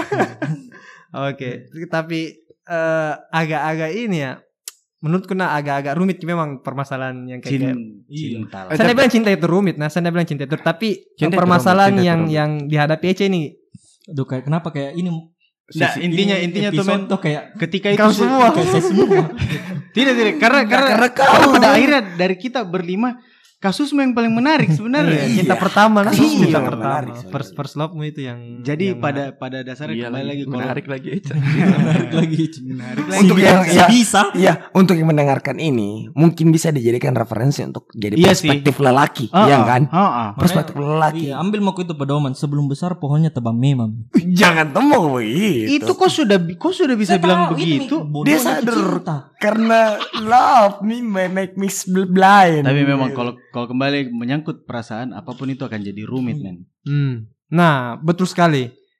Oke, tapi eh, agak-agak ini ya. Menurutku nah agak-agak rumit memang permasalahan yang kayak, kayak Cinta lah. saya bilang cinta itu rumit. Nah, saya bilang cinta itu tapi Cinta itu permasalahan rumit, cinta itu yang rumit. yang dihadapi Eca ini Aduh, kayak kenapa kayak ini Nah, sisi- intinya ini intinya tuh episode men tuh kayak ketika itu Kau se- semua. kayak saya semua. tidak tidak karena karena, karena kau. karena pada akhirnya dari kita berlima kasusmu yang paling menarik sebenarnya. Iya. cinta pertama nah, Iya, cinta menarik, pertama. menarik. First first love-mu itu yang Jadi yang pada pada dasarnya Iya kembali lagi kalau menarik lagi Eca. Menarik lagi. menarik lagi. Untuk yang Si ya, bisa. iya, untuk yang mendengarkan ini mungkin bisa dijadikan referensi untuk jadi Iya sih. perspektif lelaki, Ah, iya ah, kan? ah, ah. Perspektif lelaki. Iya, ambil mau itu pedoman sebelum besar pohonnya tebang memang. Jangan tembok begitu. Itu kok sudah kok sudah bisa Saya bilang tahu, itu begitu? nih, bodohnya Dia sadar. cinta. Karena love me may make me blind. Tapi memang kalau kalau kembali menyangkut perasaan apapun itu akan jadi rumit men. Hmm. Nah, betul sekali.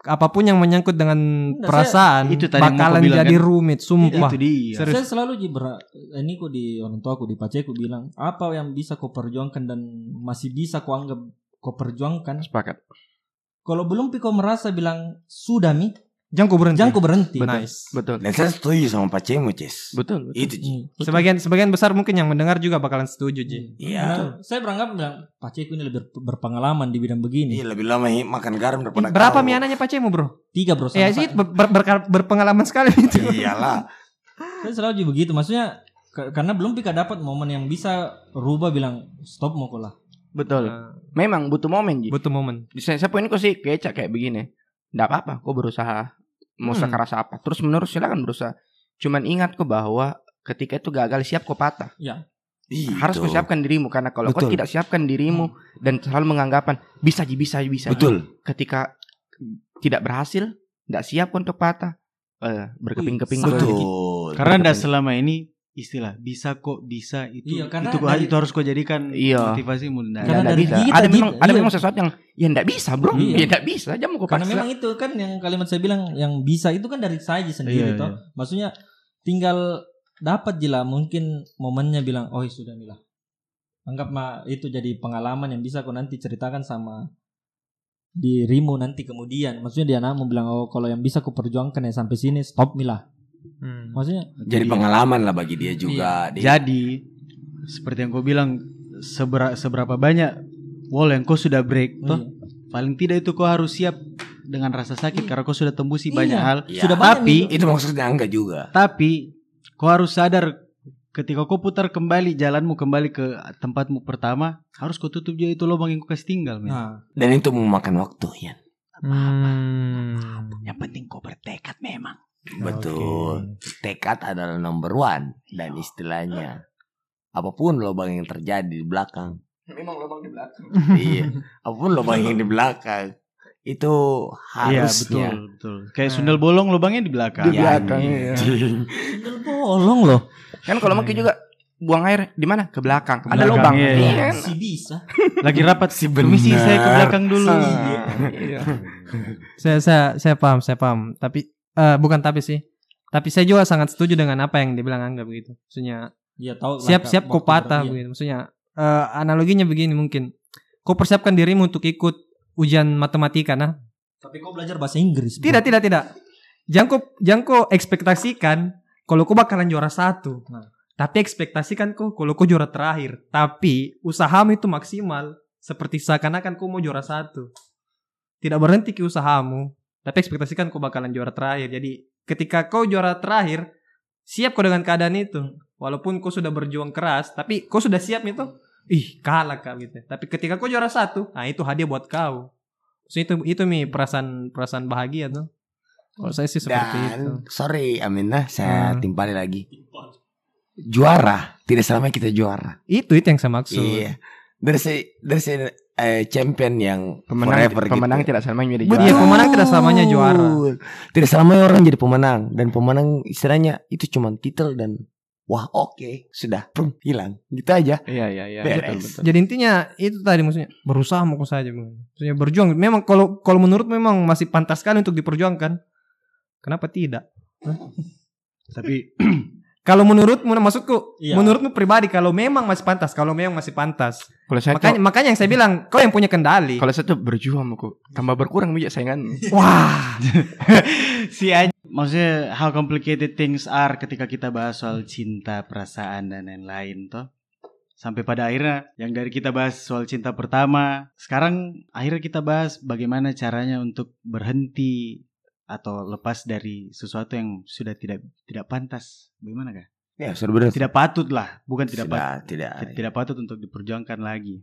apapun yang menyangkut dengan Nggak, perasaan itu tadi yang mau bakalan aku bilang jadi kan. rumit, sumpah. Itu dia. Serius. Saya selalu di ber, ini kok di orang tua aku di paceku bilang apa yang bisa kau perjuangkan dan masih bisa kau anggap kau perjuangkan. Sepakat. Kalau belum pi kau merasa bilang sudah mi, Jangan kau berhenti. jangan kau berhenti. Nice. Betul. Dan saya setuju sama Pak Cemo, Cis. Betul. betul. Itu, Ci. Hmm. Sebagian sebagian besar mungkin yang mendengar juga bakalan setuju, Ji. Iya. Karena saya beranggap bilang paceku ini lebih berpengalaman di bidang begini. Iya, lebih lama hi- makan garam daripada Berapa kau. miananya Pak Cemo, Bro? Tiga bro. Ya sama sih saya. ber- ber- ber- berpengalaman sekali itu. Iyalah. Saya selalu begitu. Maksudnya k- karena belum pika dapat momen yang bisa rubah bilang stop mau lah. Betul. Nah, Memang butuh momen, Ji. butuh momen. Di saya poin kok sih kecak kayak begini. Nggak apa-apa, kok berusaha. Mau Hmm. sekeras apa. Terus menurut silakan berusaha. Cuman ingat kok bahwa ketika itu gagal siap kok patah. Ya. Itu. Harus kau siapkan dirimu. Karena kalau kau Betul. tidak siapkan dirimu dan selalu menganggapan bisa Ji, bisa bisa. Betul. Ketika tidak berhasil, tidak siap untuk patah. Eh, berkeping-keping. Wih, betul. Betul. Karena ndak selama ini istilah bisa kok bisa itu Iya, karena itu kok dari- itu harus kau jadikan Iya. motivasimu. Ndak Karena Nggak ada. dari bisa. kita, Ada memang kita, ada iya. memang sesuatu yang ya ndak bisa, Bro. Iya. Ya ndak bisa. Jangan kau Karena paksa. memang itu kan yang kalimat saya bilang yang bisa itu kan dari saya sendiri Iya, toh. iya. Maksudnya tinggal dapat jila mungkin momennya bilang oh sudah milah. Anggap mah itu jadi pengalaman yang bisa kau nanti ceritakan sama dirimu nanti kemudian. Maksudnya dia mau bilang oh kalau yang bisa kau perjuangkan ya sampai sini stop milah. Hmm. Maksudnya Jadi pengalaman lah bagi dia juga. Dia- Jadi seperti yang kau bilang sebera- seberapa banyak wall yang kau sudah break toh, iya. paling tidak itu kau harus siap dengan rasa sakit Iya. karena kau sudah tembusi Iya. banyak hal. Iya. Sudah banyak Tapi nih. Itu maksudnya enggak juga. tapi kau harus sadar ketika kau putar kembali jalanmu kembali ke tempatmu pertama, harus kau tutup juga itu lubang yang kau kasih tinggal, men. Nah, Dan itu memakan waktu ya. Hmm. Yang penting kau bertekad memang. Betul. Tekad adalah number one. Dan istilahnya apapun lubang yang terjadi di belakang. Memang lubang di belakang. Iya. Apapun lubang yang di belakang itu Iya, harusnya. betul, betul. Kayak sundel bolong lubangnya di belakang. Di belakang, iya. anjing. sundel bolong loh. Kan kalau mungkin juga buang air di mana? Ke belakang. Ada belakang, lubang. iya. Iya kan? Si bisa. Lagi rapat Si permisi benar. saya ke belakang dulu. Iya. Saya saya saya paham, saya paham. Tapi eh, bukan tapi sih. Tapi saya juga sangat setuju dengan apa yang dibilang Angga begitu. Maksudnya Iya tahu. siap-siap kau waktu patah ber- iya. begitu. Maksudnya eh, analoginya begini mungkin. Kau persiapkan dirimu untuk ikut ujian matematika nah. Tapi kau belajar bahasa Inggris. bro. Tidak, tidak, tidak. Jangan kau jangan kau ekspektasikan kalau kau bakalan juara satu. Nah. Tapi ekspektasikan kau kalau kau juara terakhir. Tapi usahamu itu maksimal. Seperti seakan-akan kau mau juara satu. Tidak berhenti ke usahamu. Tapi ekspektasikan kau bakalan juara terakhir. Jadi ketika kau juara terakhir, siap kau dengan keadaan itu. Walaupun kau sudah berjuang keras, tapi kau sudah siap itu. Ih, kalah kak gitu. Tapi ketika kau juara satu, nah itu hadiah buat kau. So, itu itu mi perasaan perasaan bahagia tuh. Kalau saya sih seperti itu. Dan sorry Aminah, saya Hmm. timpali lagi. Juara, tidak selamanya kita juara. Itu itu yang saya maksud. Iya. Dari si dari si eh, champion yang Pemenang, forever pemenang gitu. tidak selamanya menjadi Betul. juara. Iya, pemenang tidak selamanya juara. Tidak selamanya orang jadi pemenang, dan pemenang istilahnya itu cuma titel dan wah oke sudah prum, hilang gitu aja. Iya, iya, iya. Beres. Betul, betul. Jadi intinya itu tadi maksudnya berusaha mau saja. Maksudnya berjuang. Memang kalau kalau menurut memang masih pantas sekali untuk diperjuangkan. Kenapa tidak? Tapi Kalau menurutmu, maksudku, Iya. menurutmu pribadi kalau memang masih pantas, kalau memang masih pantas. Kalau saya Makanya tuh, makanya yang saya bilang, kau yang punya kendali. kalau saya tuh berjuang kok tambah berkurang bijak saingan. Wah, si aja maksudnya how complicated things are ketika kita bahas soal cinta, perasaan dan lain-lain toh. Sampai pada akhirnya yang dari kita bahas soal cinta pertama, sekarang akhirnya kita bahas bagaimana caranya untuk berhenti atau lepas dari sesuatu yang sudah tidak tidak pantas. Bagaimana kah? Ya sudah benar. Tidak patut lah, bukan tidak patut. Sudah, tidak. Tidak, tidak patut untuk diperjuangkan lagi.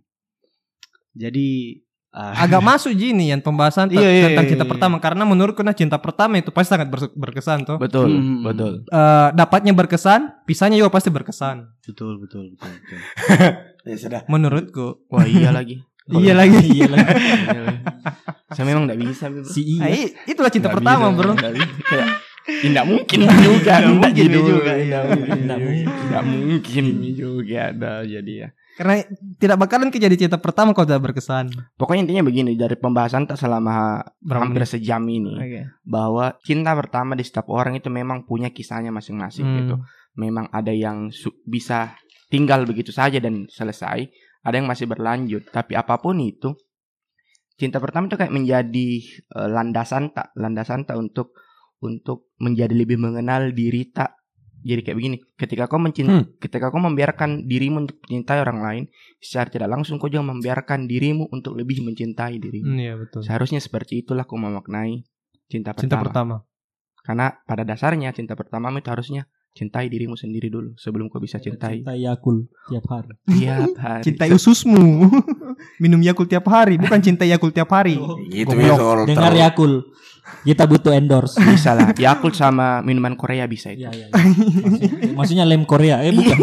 Jadi ah, agak masuk gini yang pembahasan te- Iya, iya, tentang iya, cinta iya. pertama, karena menurutku nah cinta pertama itu pasti sangat berse- berkesan tuh. Betul, Hmm. betul. Eh, dapatnya berkesan, pisahnya juga pasti berkesan. betul betul betul. betul. Ya sudah. Menurutku. Wah iya lagi. Iya lagi. Iya lah. Iya lagi. Saya memang nggak bisa, bro. Si Nah, iya. i- itulah cinta Nggak pertama, bisa, bro. nggak bisa. Kayak Tidak mungkin juga, Tidak mungkin jadi juga, Tidak iya. mungkin, Tidak mungkin. tidak mungkin juga ada jadi ya. Karena tidak bakalan kejadi cinta pertama kalau tidak berkesan. Pokoknya intinya begini dari pembahasan tak selama Berapa hampir menit? sejam ini Oke. bahwa cinta pertama di setiap orang itu memang punya kisahnya masing-masing Hmm. gitu. Memang ada yang su- bisa tinggal begitu saja dan selesai, ada yang masih berlanjut. Tapi apapun itu, cinta pertama itu kayak menjadi eh, landasan tak, landasan tak untuk untuk menjadi lebih mengenal diri tak. Jadi kayak begini, ketika kau mencintai, Hmm. ketika kau membiarkan dirimu untuk mencintai orang lain, secara tidak langsung kau juga membiarkan dirimu untuk lebih mencintai dirimu. Hmm, iya betul. Seharusnya seperti itulah kau memaknai cinta pertama. Cinta pertama. Karena pada dasarnya cinta pertama itu harusnya cintai dirimu sendiri dulu sebelum kau bisa cintai Cinta Yakul tiap hari. tiap hari. Cintai ususmu. Minum Yakult tiap hari, bukan cintai Yakult tiap hari. Gitu Goblok. ya soal Dengar terlalu- Yakul. Kita butuh endorse. Bisa lah. Yakult sama minuman Korea bisa itu. Iya, iya. iya. Maksudnya, maksudnya lem Korea. Eh bukan.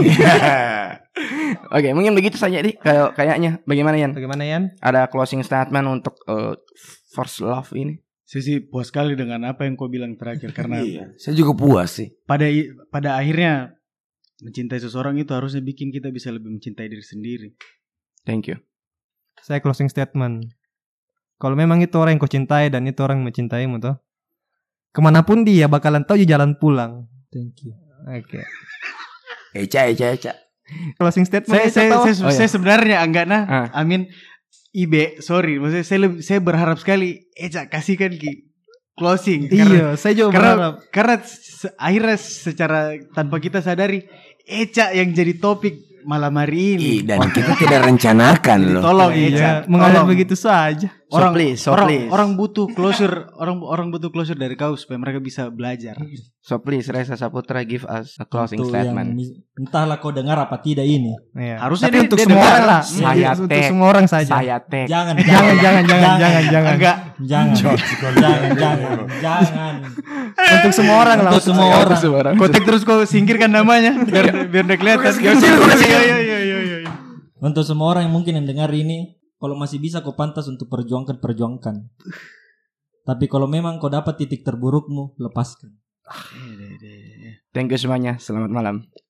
Oke, mungkin begitu saja nih. Kayak kayaknya bagaimana Yan? Bagaimana Yan? Ada closing statement untuk uh, first love ini? Saya sih puas sekali dengan apa yang kau bilang terakhir karena Iya, saya juga puas sih. pada i- pada akhirnya mencintai seseorang itu harusnya bikin kita bisa lebih mencintai diri sendiri. Thank you. Saya closing statement. Kalau memang itu orang yang kau cintai dan itu orang yang mencintaimu tuh, kemanapun dia bakalan tahu dia jalan pulang. Thank you. Oke. Eca, eca, eca. Closing statement. Saya Eca saya, tahu. saya, Oh, iya. saya sebenarnya Anggana, Ah. Amin, Ibe, sorry, maksudnya saya lebih, saya berharap sekali Eca kasihkan ki closing. Iya, saya juga karena, berharap. karena se- akhirnya secara tanpa kita sadari Eca yang jadi topik malam hari ini. Ih, dan kita tidak rencanakan Jadi loh. tolong Eca, Iya, mengalir tolong. begitu saja. So Orang, please, so orang, please. orang butuh closure, orang orang butuh closure dari kau supaya mereka bisa belajar. So please Reza Saputra give us a closing Untuk yang statement. mis- entahlah kau dengar apa tidak ini. Iya. Harusnya Tapi dia- untuk dia semua dengar. orang lah. Saya Iya, untuk tag. semua orang saja. Saya tag. Jangan, Jangan, jangan, jangan, jangan, jangan. Enggak, jangan, jangan, jangan, jangan. Untuk semua orang lah. Untuk semua orang. kau tag terus kau singkirkan namanya biar biar dia kelihatan. Iya iya iya iya iya. Untuk semua orang yang mungkin yang dengar ini, kalau masih bisa kau pantas untuk perjuangkan, perjuangkan. Tapi kalau memang kau dapat titik terburukmu, lepaskan. Thank you semuanya. Selamat malam.